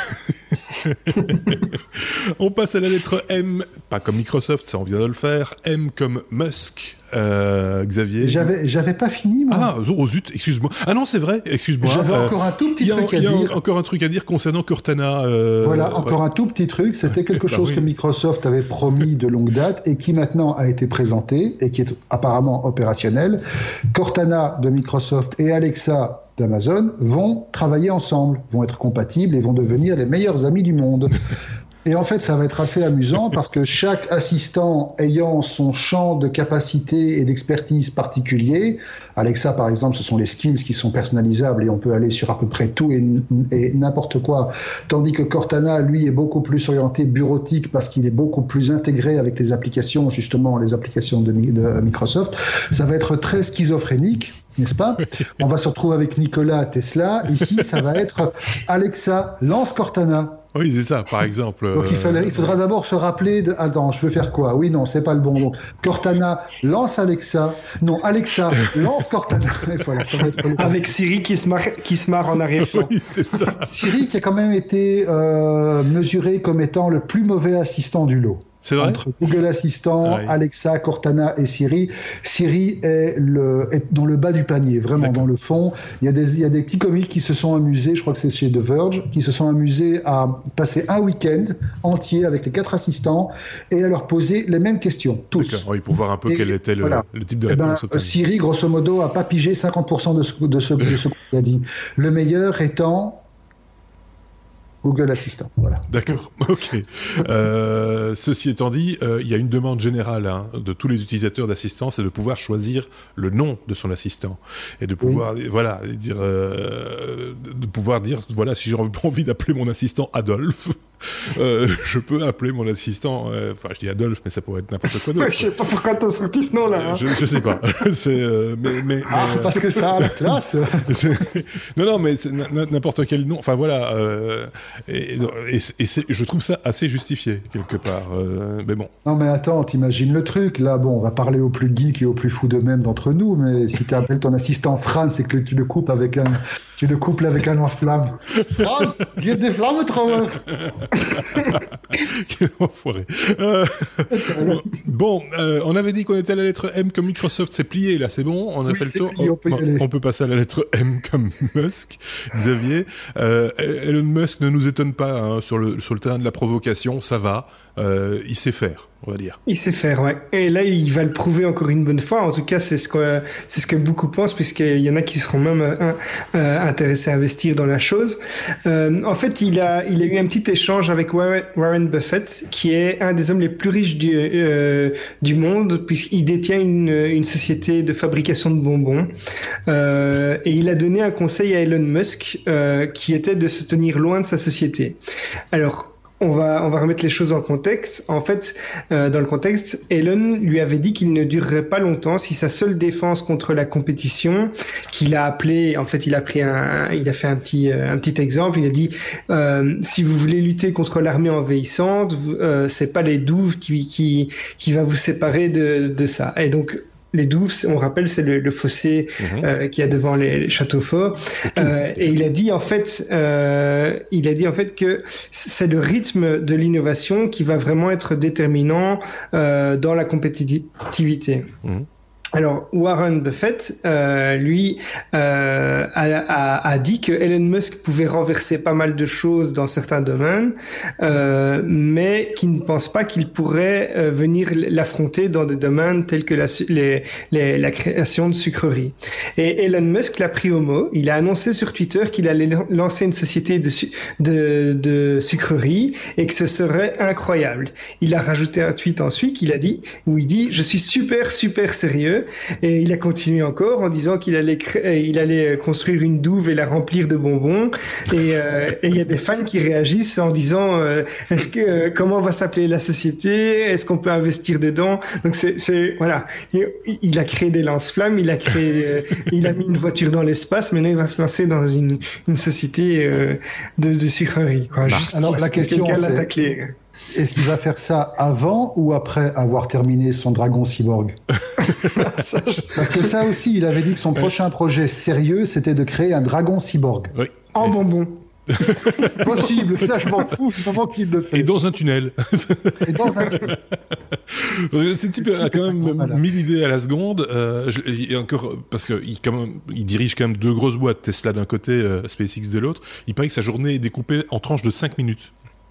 On passe à la lettre M, pas comme Microsoft, ça on vient de le faire. M comme Musk. Euh, Xavier.
J'avais, j'avais pas fini, moi.
Ah, oh zut, excuse-moi. Ah non, c'est vrai, excuse-moi.
J'avais
euh,
encore un tout petit
a,
truc à
dire. Il y a
dire.
encore un truc à dire concernant Cortana. Euh,
voilà, encore ouais. un tout petit truc. C'était quelque bah, chose oui. que Microsoft avait promis de longue date et qui maintenant a été présenté et qui est apparemment opérationnel. Cortana de Microsoft et Alexa d'Amazon vont travailler ensemble, vont être compatibles et vont devenir les meilleurs amis du monde. Et en fait, ça va être assez amusant parce que chaque assistant ayant son champ de capacité et d'expertise particulier, Alexa par exemple, ce sont les skills qui sont personnalisables et on peut aller sur à peu près tout et, et n'importe quoi, tandis que Cortana, lui, est beaucoup plus orienté bureautique parce qu'il est beaucoup plus intégré avec les applications, justement les applications de, de Microsoft. Ça va être très schizophrénique, n'est-ce pas? On va se retrouver avec Nikola Tesla. Ici, ça va être Alexa, lance Cortana.
Oui, c'est ça, par exemple.
Donc il, fallait, il faudra d'abord se rappeler de... Attends, je veux faire quoi? Oui, non, c'est pas le bon. Donc, Cortana, lance Alexa. Non, Alexa, lance Cortana. Et voilà, ça va être le...
Avec Siri qui se marre, qui se marre en arrière-plan.
Oui, c'est ça.
Siri qui a quand même été euh, mesuré comme étant le plus mauvais assistant du lot.
C'est vrai?
Entre Google Assistant, ah oui. Alexa, Cortana et Siri. Siri est, le, est dans le bas du panier, vraiment D'accord. dans le fond. Il y, a des, il y a des petits comiques qui se sont amusés, je crois que c'est chez The Verge, qui se sont amusés à passer un week-end entier avec les quatre assistants et à leur poser les mêmes questions, tous.
D'accord, oui, pour voir un peu et, quel était le, voilà. le type de réponse.
Eh ben, Siri, grosso modo, a pas pigé cinquante pour cent de ce, de ce, de ce qu'on a dit. Le meilleur étant... Google Assistant, voilà.
D'accord, ok. Euh, ceci étant dit, euh, il y a une demande générale hein, de tous les utilisateurs d'assistants, c'est de pouvoir choisir le nom de son assistant et de pouvoir, oui. voilà, dire, euh, de pouvoir dire, voilà, si j'ai envie d'appeler mon assistant Adolphe, euh, je peux appeler mon assistant, enfin, euh, je dis Adolphe, mais ça pourrait être n'importe quoi d'autre.
Je sais pas pourquoi t'as sorti ce nom-là. Hein.
Je, je sais pas. c'est, euh, mais, mais,
ah,
mais,
parce que ça a la classe.
non, non, mais c'est n'importe quel nom. Enfin voilà. Euh, Et, et, et c'est, je trouve ça assez justifié, quelque part. Euh, mais bon.
Non, mais attends, t'imagines le truc. Là, bon, on va parler aux plus geeks et aux plus fous d'eux-mêmes d'entre nous, mais si tu appelles ton assistant Franz et que tu le coupes avec un, tu le couples avec un lance-flamme. Franz, get des flammes trop.
Quel enfoiré. Euh, bon, euh, on avait dit qu'on était à la lettre M comme Microsoft, c'est plié, là, c'est bon. On a
oui,
fait le tour.
Plié, on, peut
on, on peut passer à la lettre M comme Musk. Xavier, euh, Elon Musk ne nous étonne pas hein, sur le sur le terrain de la provocation, ça va, euh, il sait faire, on va dire.
Il sait faire, ouais. Et là, il va le prouver encore une bonne fois. En tout cas, c'est ce que c'est ce que beaucoup pensent, puisqu'il y en a qui seront même euh, euh, intéressés à investir dans la chose. Euh, en fait, il a il a eu un petit échange avec Warren Buffett, qui est un des hommes les plus riches du euh, du monde, puisqu'il détient une une société de fabrication de bonbons. Euh, et il a donné un conseil à Elon Musk, euh, qui était de se tenir loin de sa société. Alors, on va, on va remettre les choses en contexte. En fait, euh, dans le contexte, Elon lui avait dit qu'il ne durerait pas longtemps si sa seule défense contre la compétition, qu'il a appelé, en fait, il a pris un, il a fait un petit, un petit exemple. Il a dit, euh, si vous voulez lutter contre l'armée envahissante, euh, c'est pas les douves qui, qui, qui va vous séparer de, de ça. Et donc, les douves, on rappelle, c'est le, le fossé mmh. euh, qu'il y a devant les, les châteaux forts. Euh, et il a dit en fait, euh, il a dit en fait que c'est le rythme de l'innovation qui va vraiment être déterminant euh, dans la compétitivité. Mmh. Alors, Warren Buffett, euh, lui, euh, a, a, a dit que Elon Musk pouvait renverser pas mal de choses dans certains domaines, euh, mais qu'il ne pense pas qu'il pourrait euh, venir l'affronter dans des domaines tels que la, les, les, la création de sucreries. Et Elon Musk l'a pris au mot. Il a annoncé sur Twitter qu'il allait lancer une société de, su- de, de sucreries et que ce serait incroyable. Il a rajouté un tweet ensuite, il a dit, où il dit « Je suis super, super sérieux. feu. Et il a continué encore en disant qu'il allait, cré- il allait construire une douve et la remplir de bonbons. Et euh, et il y a des fans qui réagissent en disant euh, est-ce que euh, comment va s'appeler la société, est-ce qu'on peut investir dedans. Donc c'est, c'est voilà, il, il a créé des lance-flammes, il a créé, euh, il a mis une voiture dans l'espace. Maintenant il va se lancer dans une une société euh, de, de sucrerie, quoi.
Bah,
Juste
alors la question
quelqu'un
c'est
l'attaquer.
Est-ce qu'il va faire ça avant ou après avoir terminé son Dragon Cyborg? Parce que ça aussi, il avait dit que son prochain projet sérieux, c'était de créer un Dragon Cyborg.
Oui.
En bonbon.
Possible, ça je m'en fous, du moment qu'il le fait.
Et dans un tunnel.
Et dans un tunnel.
Ce type a quand même
voilà.
mille idées à la seconde. Euh, je, et encore, parce que il, quand même, il dirige quand même deux grosses boîtes, Tesla d'un côté, euh, SpaceX de l'autre. Il paraît que sa journée est découpée en tranches de cinq minutes.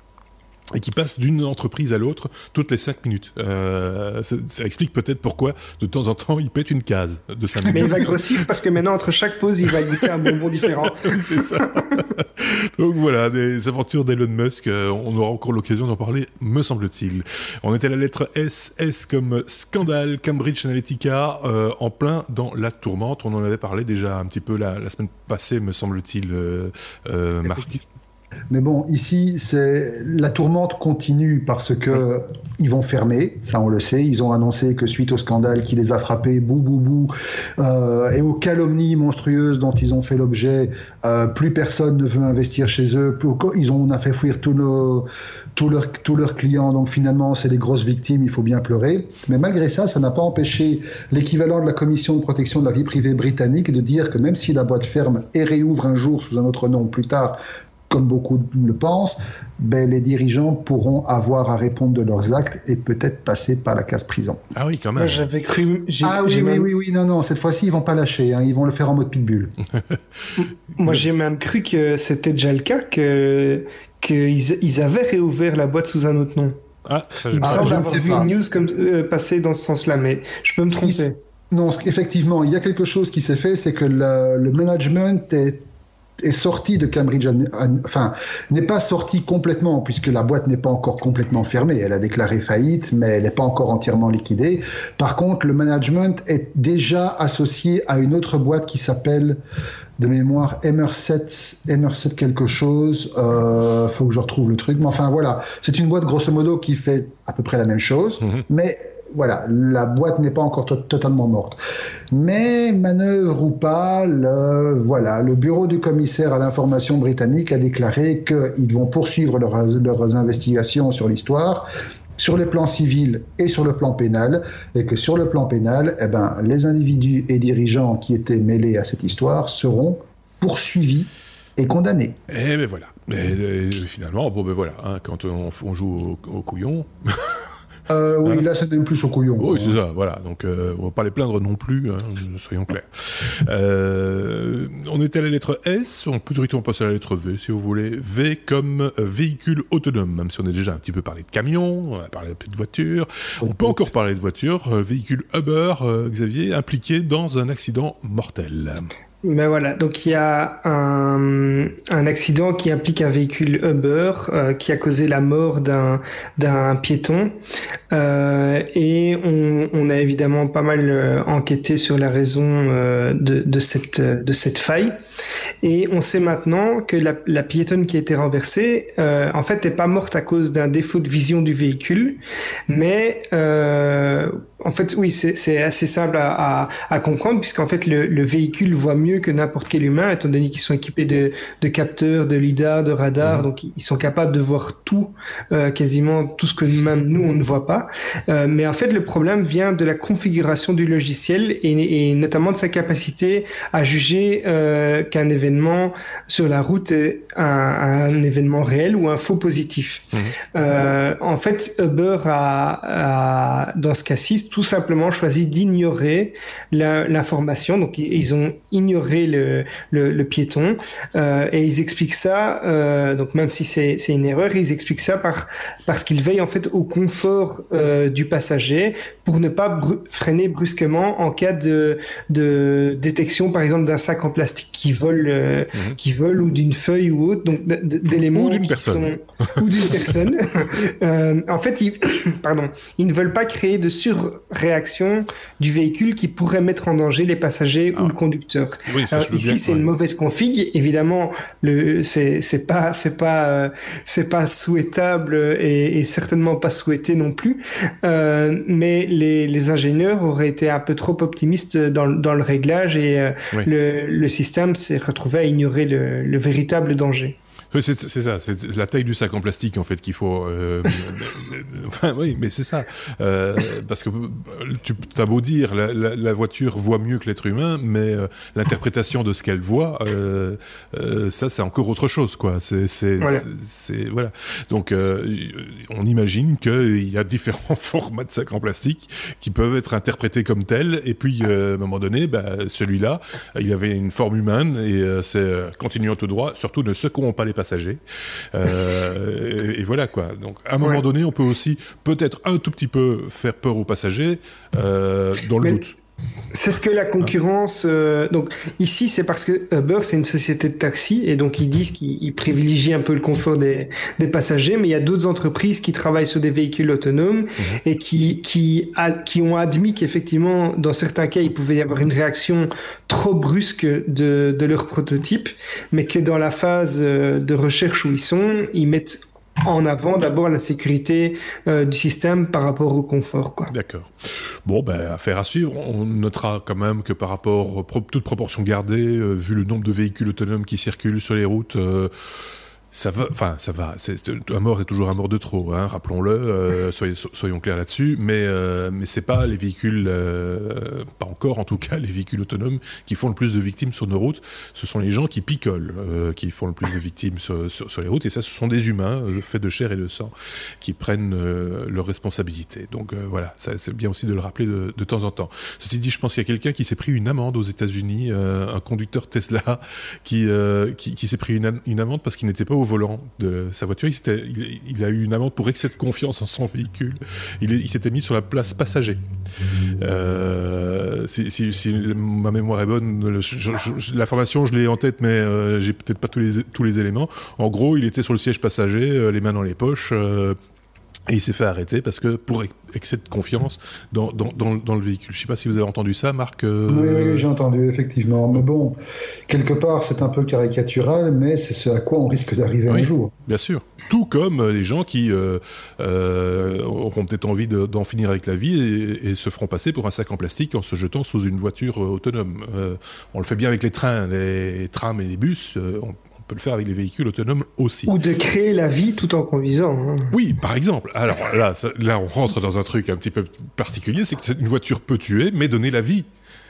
Et qui passe d'une entreprise à l'autre toutes les cinq minutes. Euh, ça, ça explique peut-être pourquoi, de temps en temps, il pète une case de cinq minutes.
Mais il va grossir parce que maintenant, entre chaque pause, il va goûter un bonbon différent.
C'est ça. Donc voilà, des aventures d'Elon Musk. Euh, on aura encore l'occasion d'en parler, me semble-t-il. On était à la lettre S, S comme scandale, Cambridge Analytica, euh, en plein dans la tourmente. On en avait parlé déjà un petit peu la, la semaine passée, me semble-t-il, euh, euh, Marc.
Mais bon, ici, c'est la tourmente continue parce que ils vont fermer, ça on le sait. Ils ont annoncé que suite au scandale qui les a frappés, bou bou bou, euh, et aux calomnies monstrueuses dont ils ont fait l'objet, euh, plus personne ne veut investir chez eux. Plus, ils ont, on a fait fuir tous nos, tous leurs, tous leurs clients. Donc finalement, c'est des grosses victimes. Il faut bien pleurer. Mais malgré ça, ça n'a pas empêché l'équivalent de la Commission de protection de la vie privée britannique de dire que même si la boîte ferme et réouvre un jour sous un autre nom plus tard, comme beaucoup le pensent, ben, les dirigeants pourront avoir à répondre de leurs actes et peut-être passer par la case prison.
Ah oui, quand même.
Moi, j'avais cru... J'ai,
ah oui,
j'ai
oui,
même...
oui, oui, non, non, cette fois-ci, ils vont pas lâcher, hein, ils vont le faire en mode pitbull.
Moi, j'ai même cru que c'était déjà le cas, que qu'ils ils avaient réouvert la boîte sous un autre nom.
Ah, ça,
Il me
ah,
semble
je ne
avoir
sais
vu
pas.
une news comme, euh, passer dans ce sens-là, mais je peux me
Ce qui
tromper.
s- Non, ce- effectivement, il y a quelque chose qui s'est fait, c'est que le, le management est est sorti de Cambridge, enfin, n'est pas sorti complètement, puisque la boîte n'est pas encore complètement fermée. Elle a déclaré faillite, mais elle n'est pas encore entièrement liquidée. Par contre, le management est déjà associé à une autre boîte qui s'appelle, de mémoire, Emerset, Emerset quelque chose. Euh, faut que je retrouve le truc. Mais enfin, voilà. C'est une boîte, grosso modo, qui fait à peu près la même chose,
Mm-hmm.
mais voilà, la boîte n'est pas encore to- totalement morte. Mais, manœuvre ou pas, le, voilà, le bureau du commissaire à l'information britannique a déclaré qu'ils vont poursuivre leurs, leurs investigations sur l'histoire, sur les plans civils et sur le plan pénal, et que sur le plan pénal, eh ben, les individus et dirigeants qui étaient mêlés à cette histoire seront poursuivis et condamnés.
Et ben voilà. Et, et finalement, bon ben voilà, hein, quand on, on joue au, au couillon...
Euh, oui, là, c'est même plus au couillon.
Oui, c'est ça, voilà. Donc, euh, on va pas les plaindre non plus, hein, soyons clairs. Euh, on était à la lettre S, on peut directement passer à la lettre V, si vous voulez. V comme véhicule autonome, même si on a déjà un petit peu parlé de camion, on a parlé un peu de voiture. On peut encore parler de voiture. Euh, véhicule Uber, euh, Xavier, impliqué dans un accident mortel.
Ben voilà, donc il y a un, un accident qui implique un véhicule Uber euh, qui a causé la mort d'un, d'un piéton euh, et on, on a évidemment pas mal euh, enquêté sur la raison euh, de, de, cette, de cette faille et on sait maintenant que la, la piétonne qui a été renversée euh, en fait n'est pas morte à cause d'un défaut de vision du véhicule, mais euh, en fait oui c'est, c'est assez simple à, à, à comprendre puisqu'en fait le, le véhicule voit mieux que n'importe quel humain, étant donné qu'ils sont équipés de, de capteurs, de lidar, de radar, mmh. donc ils sont capables de voir tout, euh, quasiment tout ce que même nous on ne voit pas. Euh, mais en fait, le problème vient de la configuration du logiciel et, et notamment de sa capacité à juger euh, qu'un événement sur la route est un, un événement réel ou un faux positif. Mmh. Euh, en fait, Uber a, a, dans ce cas-ci, tout simplement choisi d'ignorer la, l'information. Donc, ils ont ignoré le, le, le piéton euh, et ils expliquent ça, euh, donc même si c'est, c'est une erreur, ils expliquent ça par, parce qu'ils veillent en fait au confort euh, du passager pour ne pas br- freiner brusquement en cas de, de détection par exemple d'un sac en plastique qui vole, euh, mmh. qui vole ou d'une feuille ou autre, donc d- d- d'éléments
ou d'une
qui
personne
sont, ou d'une personne. euh, en fait, ils, pardon, ils ne veulent pas créer de sur réaction du véhicule qui pourrait mettre en danger les passagers ah. ou le conducteur.
Oui, ça,
Alors, ici,
bien,
c'est
ouais.
une mauvaise config. Évidemment, le, c'est, c'est pas, c'est pas, euh, c'est pas souhaitable et, et certainement pas souhaité non plus. Euh, mais les, les ingénieurs auraient été un peu trop optimistes dans, dans le réglage et euh, oui. le, le système s'est retrouvé à ignorer le, le véritable danger.
Oui, c'est, c'est ça, c'est la taille du sac en plastique en fait qu'il faut. Euh, enfin oui, mais c'est ça, euh, parce que tu as beau dire la, la, la voiture voit mieux que l'être humain, mais euh, l'interprétation de ce qu'elle voit, euh, euh, ça c'est encore autre chose, quoi. C'est, c'est, voilà. c'est, c'est voilà. Donc euh, on imagine qu'il y a différents formats de sacs en plastique qui peuvent être interprétés comme tels, et puis euh, à un moment donné, bah, celui-là, il avait une forme humaine et euh, c'est euh, continuons tout droit, surtout ne secouons pas les passagers. Euh, et, et voilà quoi. Donc à un moment ouais. donné, on peut aussi peut-être un tout petit peu faire peur aux passagers euh, dans le Mais... doute.
C'est ce que la concurrence... Euh, donc ici, c'est parce que Uber, c'est une société de taxi et donc ils disent qu'ils privilégient un peu le confort des, des passagers, mais il y a d'autres entreprises qui travaillent sur des véhicules autonomes mmh. et qui, qui, a, qui ont admis qu'effectivement, dans certains cas, il pouvait y avoir une réaction trop brusque de, de leur prototype, mais que dans la phase de recherche où ils sont, ils mettent en avant d'abord la sécurité euh, du système par rapport au confort, quoi.
D'accord. Bon, ben, affaire à suivre. On notera quand même que par rapport, pro- toute proportion gardée, euh, vu le nombre de véhicules autonomes qui circulent sur les routes, euh, ça va, enfin, ça va. C'est, un mort est toujours un mort de trop, hein, rappelons-le. Euh, soyez, soyons clairs là-dessus. Mais, euh, mais c'est pas les véhicules, euh, pas encore en tout cas, les véhicules autonomes qui font le plus de victimes sur nos routes. Ce sont les gens qui picolent, euh, qui font le plus de victimes sur, sur, sur les routes. Et ça, ce sont des humains, euh, faits de chair et de sang, qui prennent euh, leurs responsabilités. Donc euh, voilà, ça, c'est bien aussi de le rappeler de, de temps en temps. Ceci dit, je pense qu'il y a quelqu'un qui s'est pris une amende aux États-Unis, euh, un conducteur Tesla, qui, euh, qui, qui s'est pris une, une amende parce qu'il n'était pas au volant de sa voiture. Il, il, il a eu une amende pour excès de confiance en son véhicule. Il, il s'était mis sur la place passager. Euh, si, si, si ma mémoire est bonne, je, je, je, l'information je l'ai en tête, mais euh, j'ai peut-être pas tous les, tous les éléments. En gros, il était sur le siège passager, euh, les mains dans les poches, euh, et il s'est fait arrêter parce que pour excès de confiance dans, dans, dans, dans le véhicule. Je ne sais pas si vous avez entendu ça, Marc. Euh...
Oui, oui, j'ai entendu, effectivement. Mais bon, quelque part, c'est un peu caricatural, mais c'est ce à quoi on risque d'arriver
oui,
un jour.
Bien sûr. Tout comme les gens qui euh, euh, auront peut-être envie de, d'en finir avec la vie et, et se feront passer pour un sac en plastique en se jetant sous une voiture autonome. Euh, on le fait bien avec les trains, les trams et les bus. Euh, on, On peut le faire avec les véhicules autonomes aussi.
Ou de créer la vie tout en conduisant. Hein.
Oui, par exemple. Alors là, ça, là, on rentre dans un truc un petit peu particulier, c'est qu'une voiture peut tuer, mais donner la vie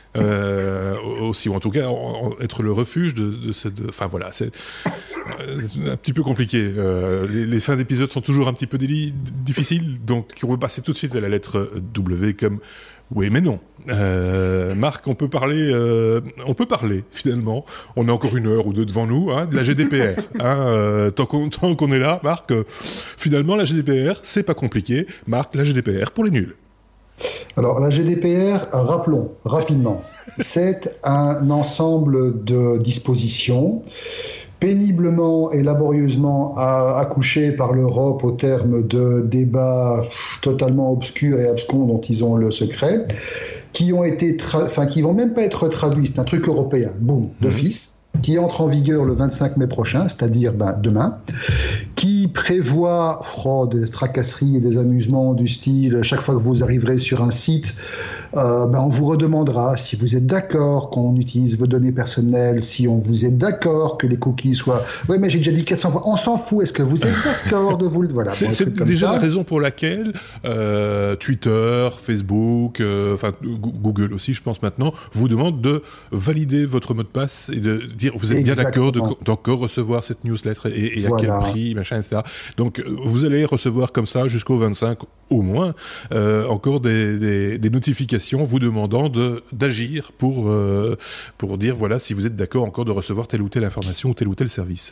euh, aussi, ou en tout cas en, en, être le refuge de, de ce... De, enfin voilà, c'est euh, un petit peu compliqué. Euh, les, les fins d'épisode sont toujours un petit peu déli- difficiles, donc on va passer tout de suite à la lettre W comme... Oui, mais non. Euh, Marc, on peut parler, euh, on peut parler finalement. On a encore une heure ou deux devant nous, hein, de la G D P R. Hein, euh, tant, qu'on, tant qu'on est là, Marc, euh, finalement la G D P R, c'est pas compliqué. Marc, la G D P R pour les nuls.
Alors la G D P R, rappelons rapidement, c'est un ensemble de dispositions péniblement et laborieusement accouchées par l'Europe au terme de débats totalement obscurs et abscons dont ils ont le secret, qui ont été, tra- enfin qui vont même pas être traduits. C'est un truc européen, boum, d'office, qui entre en vigueur le vingt-cinq mai prochain, c'est-à-dire ben, demain, qui prévoit oh, des tracasseries et des amusements du style chaque fois que vous arriverez sur un site, euh, ben, on vous redemandera si vous êtes d'accord qu'on utilise vos données personnelles, si on vous est d'accord que les cookies soient... Oui, mais j'ai déjà dit quatre cents fois, on s'en fout, est-ce que vous êtes d'accord de vous le... Voilà,
c'est
bon,
c'est déjà
ça.
La raison pour laquelle euh, Twitter, Facebook, euh, enfin Google aussi, je pense maintenant, vous demande de valider votre mot de passe et de dire vous êtes
Exactement.
bien d'accord de, d'encore recevoir cette newsletter et, et à
voilà.
quel prix, machin, et cetera. Donc vous allez recevoir comme ça jusqu'au vingt-cinq au moins euh, encore des, des, des notifications vous demandant de, d'agir pour, euh, pour dire voilà si vous êtes d'accord encore de recevoir telle ou telle information ou tel ou tel service.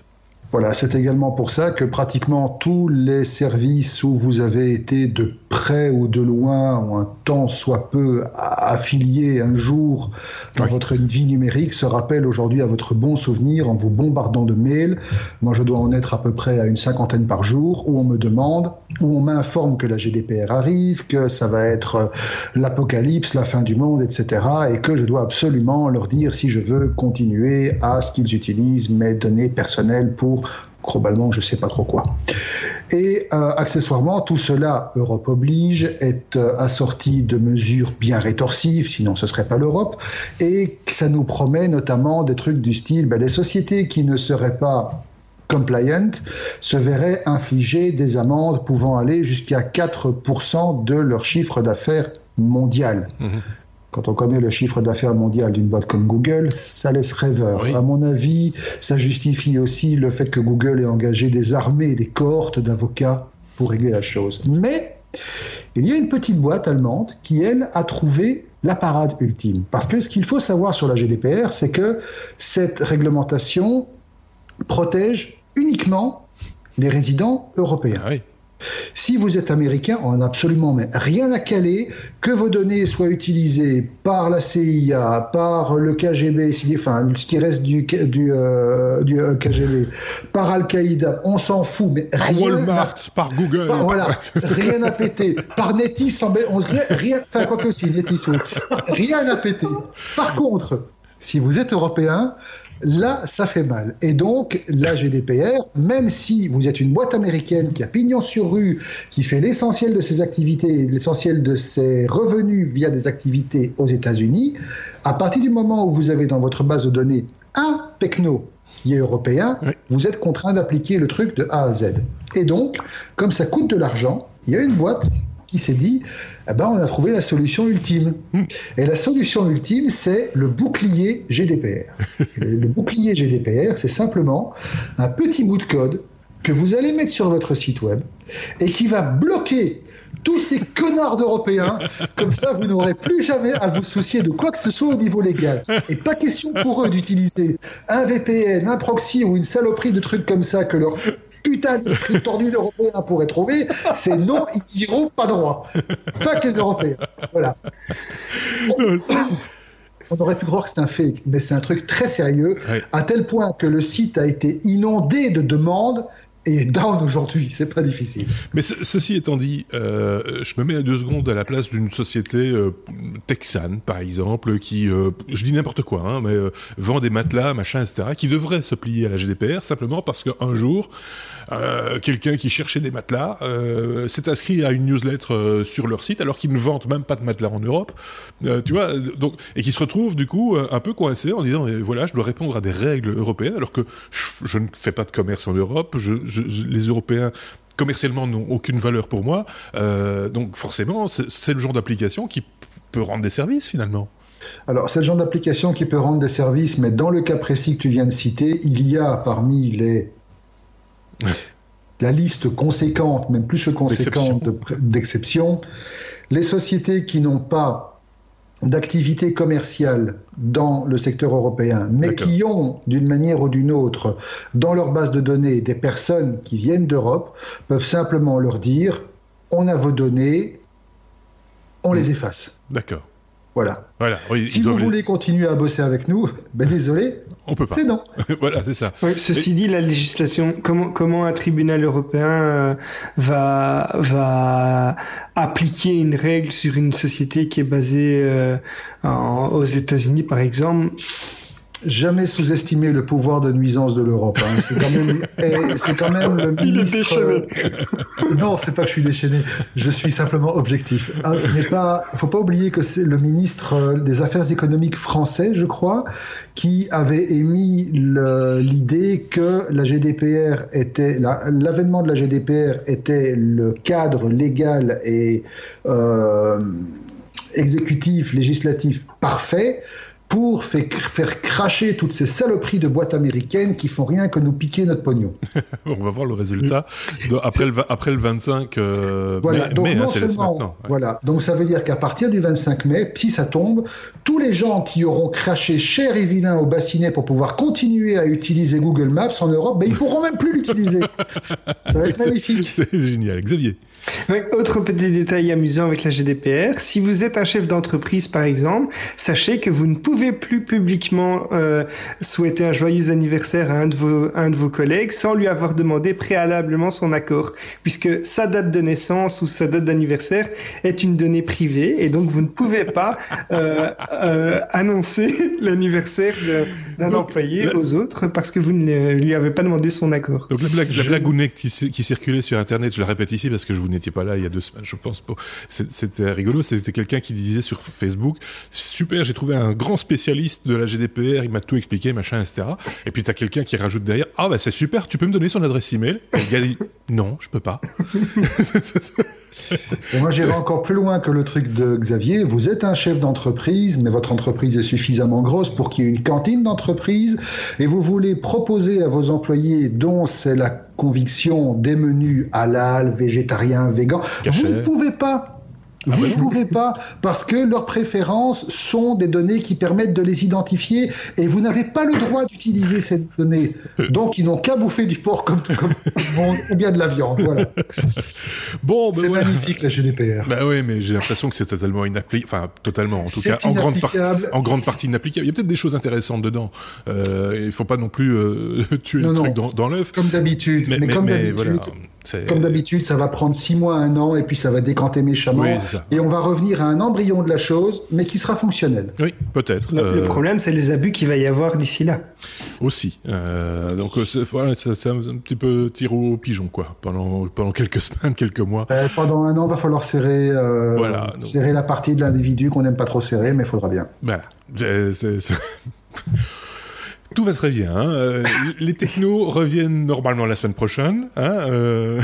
Voilà, c'est également pour ça que pratiquement tous les services où vous avez été de près ou de loin, ou un temps soit peu affilié un jour dans oui. votre vie numérique, se rappellent aujourd'hui à votre bon souvenir en vous bombardant de mails. Moi, je dois en être à peu près à une cinquantaine par jour, où on me demande, où on m'informe que la G D P R arrive, que ça va être l'apocalypse, la fin du monde, et cetera, et que je dois absolument leur dire si je veux continuer à ce qu'ils utilisent mes données personnelles pour globalement, je ne sais pas trop quoi. Et euh, accessoirement, tout cela, Europe oblige, est euh, assorti de mesures bien rétorsives, sinon ce ne serait pas l'Europe, et ça nous promet notamment des trucs du style, ben, les sociétés qui ne seraient pas compliant se verraient infliger des amendes pouvant aller jusqu'à quatre pour cent de leur chiffre d'affaires mondial. Mmh. Quand on connaît le chiffre d'affaires mondial d'une boîte comme Google, ça laisse rêveur. Oui. À mon avis, ça justifie aussi le fait que Google ait engagé des armées, des cohortes d'avocats pour régler la chose. Mais il y a une petite boîte allemande qui, elle, a trouvé la parade ultime. Parce que ce qu'il faut savoir sur la G D P R, c'est que cette réglementation protège uniquement les résidents européens. Ah oui. Si vous êtes américain, on n'a absolument rien à caler, que vos données soient utilisées par la C I A, par le K G B, enfin ce qui reste du, du, euh, du K G B, par Al-Qaïda, on s'en fout, mais
par
rien
Walmart,
à...
par Google,
par, voilà, rien à péter, par Netis, on, rien, rien, enfin quoi que si, Netis, rien à péter. Par contre, si vous êtes européen, là, ça fait mal. Et donc, la G D P R, même si vous êtes une boîte américaine qui a pignon sur rue, qui fait l'essentiel de ses activités, l'essentiel de ses revenus via des activités aux États-Unis, à partir du moment où vous avez dans votre base de données un techno qui est européen, oui. vous êtes contraint d'appliquer le truc de A à Z. Et donc, comme ça coûte de l'argent, il y a une boîte qui s'est dit, eh ben, on a trouvé la solution ultime. Mmh. Et la solution ultime, c'est le bouclier G D P R. le, le bouclier G D P R, c'est simplement un petit bout de code que vous allez mettre sur votre site web et qui va bloquer tous ces connards d'Européens. Comme ça, vous n'aurez plus jamais à vous soucier de quoi que ce soit au niveau légal. Et pas question pour eux d'utiliser un V P N, un proxy ou une saloperie de trucs comme ça que leur putain d'esprit tordu d'Européens pourrait trouver, c'est non, ils n'iront pas droit. Pas que les Européens. Voilà. On, on aurait pu croire que c'est un fake, mais c'est un truc très sérieux, ouais. à tel point que le site a été inondé de demandes et down aujourd'hui, c'est pas difficile.
Mais ce, ceci étant dit, euh, je me mets à deux secondes à la place d'une société euh, texane, par exemple, qui, euh, je dis n'importe quoi, hein, mais euh, vend des matelas, machin, et cetera, qui devrait se plier à la G D P R simplement parce qu'un jour, euh, quelqu'un qui cherchait des matelas euh, s'est inscrit à une newsletter euh, sur leur site, alors qu'ils ne vendent même pas de matelas en Europe, euh, tu vois, donc, et qui se retrouve du coup un peu coincé en disant, voilà, je dois répondre à des règles européennes, alors que je, je ne fais pas de commerce en Europe, je Je, je, les Européens, commercialement, n'ont aucune valeur pour moi. Euh, donc, forcément, c'est, c'est le genre d'application qui p- peut rendre des services, finalement.
Alors, c'est le genre d'application qui peut rendre des services, mais dans le cas précis que tu viens de citer, il y a parmi les... la liste conséquente, même plus que conséquente, de, d'exceptions, les sociétés qui n'ont pas d'activités commerciales dans le secteur européen, mais D'accord. qui ont, d'une manière ou d'une autre, dans leur base de données, des personnes qui viennent d'Europe, peuvent simplement leur dire « on a vos données, on mmh. les efface ».
D'accord.
Voilà.
voilà. Oui,
si vous voulez les... continuer à bosser avec nous, ben désolé,
on peut pas.
C'est non.
Voilà, c'est ça.
Oui, ceci Et... dit, la législation, comment, comment un tribunal européen euh, va, va appliquer une règle sur une société qui est basée euh, en, aux États-Unis, par exemple?
Jamais sous-estimer le pouvoir de nuisance de l'Europe. Hein. C'est quand même, c'est quand même le ministre.
Il est déchaîné.
Non, c'est pas que je suis déchaîné. Je suis simplement objectif. Ah, ce n'est pas. Faut pas oublier que c'est le ministre des Affaires économiques français, je crois, qui avait émis le, l'idée que la G D P R était la, l'avènement de la G D P R était le cadre légal et euh, exécutif, législatif parfait pour faire, faire cracher toutes ces saloperies de boîtes américaines qui font rien que nous piquer notre pognon.
On va voir le résultat de, après, le, après le vingt-cinq euh,
voilà.
mai.
Donc,
mai,
non
hein, c'est
seulement,
maintenant. Ouais.
Voilà. Donc ça veut dire qu'à partir du vingt-cinq mai, si ça tombe, tous les gens qui auront craché cher et vilain au bassinet pour pouvoir continuer à utiliser Google Maps en Europe, ben, ils pourront même plus l'utiliser. Ça va être magnifique.
C'est, c'est génial. Xavier.
Ouais, autre petit détail amusant avec la G D P R, si vous êtes un chef d'entreprise par exemple, sachez que vous ne pouvez plus publiquement euh, souhaiter un joyeux anniversaire à un de, vos, un de vos collègues sans lui avoir demandé préalablement son accord, puisque sa date de naissance ou sa date d'anniversaire est une donnée privée et donc vous ne pouvez pas euh, euh, annoncer l'anniversaire de, d'un donc, employé la... aux autres parce que vous ne lui avez pas demandé son accord.
Donc la blague, la blagounette qui, qui circulait sur Internet, je la répète ici parce que je vous n'étiez pas là il y a deux semaines, je pense. C'était rigolo, c'était quelqu'un qui disait sur Facebook, super, j'ai trouvé un grand spécialiste de la G D P R, il m'a tout expliqué, machin, et cetera. Et puis t'as quelqu'un qui rajoute derrière, ah bah c'est super, tu peux me donner son adresse email? Et le gars dit, non, je peux pas.
Et moi, j'irai encore plus loin que le truc de Xavier. Vous êtes un chef d'entreprise, mais votre entreprise est suffisamment grosse pour qu'il y ait une cantine d'entreprise, et vous voulez proposer à vos employés, dont c'est la conviction, des menus halal, végétariens, végans. Vous ne pouvez pas. Vous ah ne bah pouvez pas, parce que leurs préférences sont des données qui permettent de les identifier, et vous n'avez pas le droit d'utiliser ces données. Donc, ils n'ont qu'à bouffer du porc comme, comme bon, ou bien de la viande. Voilà.
Bon, ben
c'est
voilà.
magnifique, la G D P R.
Bah oui, mais j'ai l'impression que c'est totalement inapplicable. Enfin, totalement. En tout c'est cas, en grande, par... en grande partie inapplicable. Il y a peut-être des choses intéressantes dedans. Euh, il ne faut pas non plus euh, tuer non, le non. truc dans, dans l'œuf.
Comme d'habitude. Mais, mais, mais comme mais d'habitude. Voilà. C'est... Comme d'habitude, ça va prendre six mois, un an, et puis ça va décanter méchamment. Oui, et on va revenir à un embryon de la chose, mais qui sera fonctionnel.
Oui, peut-être.
Le,
euh...
le problème, c'est les abus qu'il va y avoir d'ici là.
Aussi. Euh, donc, c'est, voilà, c'est, c'est un petit peu tir au pigeon, quoi. Pendant, pendant quelques semaines, quelques mois.
Euh, pendant un an, il va falloir serrer, euh, voilà, donc... serrer la partie de l'individu qu'on n'aime pas trop serrer, mais il faudra bien.
Voilà. C'est, c'est, c'est... Tout va très bien. Hein. Euh, les technos reviennent normalement la semaine prochaine. Hein. Euh...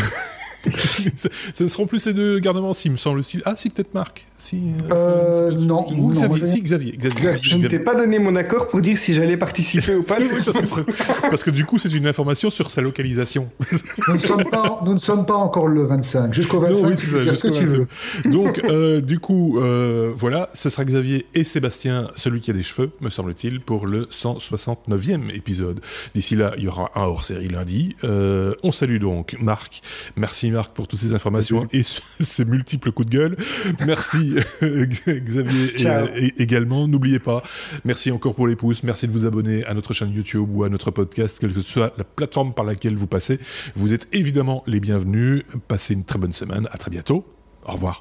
Ce ne seront plus ces deux garnements, si me semble. Ah, si, peut-être Marc. Si,
euh, non,
ou Xavier,
non,
si, Xavier, Xavier.
Je ne t'ai pas donné mon accord pour dire si j'allais participer ou pas.
Oui, parce, que parce que du coup, c'est une information sur sa localisation.
Nous ne sommes pas, nous ne sommes pas encore le vingt-cinq. Jusqu'au vingt-cinq, non, oui, c'est ça, jusqu'au ce que tu veux.
Donc, euh, du coup, euh, voilà, ce sera Xavier et Sébastien, celui qui a des cheveux, me semble-t-il, pour le cent soixante-neuvième épisode. D'ici là, il y aura un hors-série lundi. Euh, on salue donc Marc. Merci Marc pour toutes ces informations et ces multiples coups de gueule. Merci Xavier et, et, également. N'oubliez pas, merci encore pour les pouces, merci de vous abonner à notre chaîne YouTube ou à notre podcast, quelle que soit la plateforme par laquelle vous passez. Vous êtes évidemment les bienvenus. Passez une très bonne semaine. À très bientôt. Au revoir.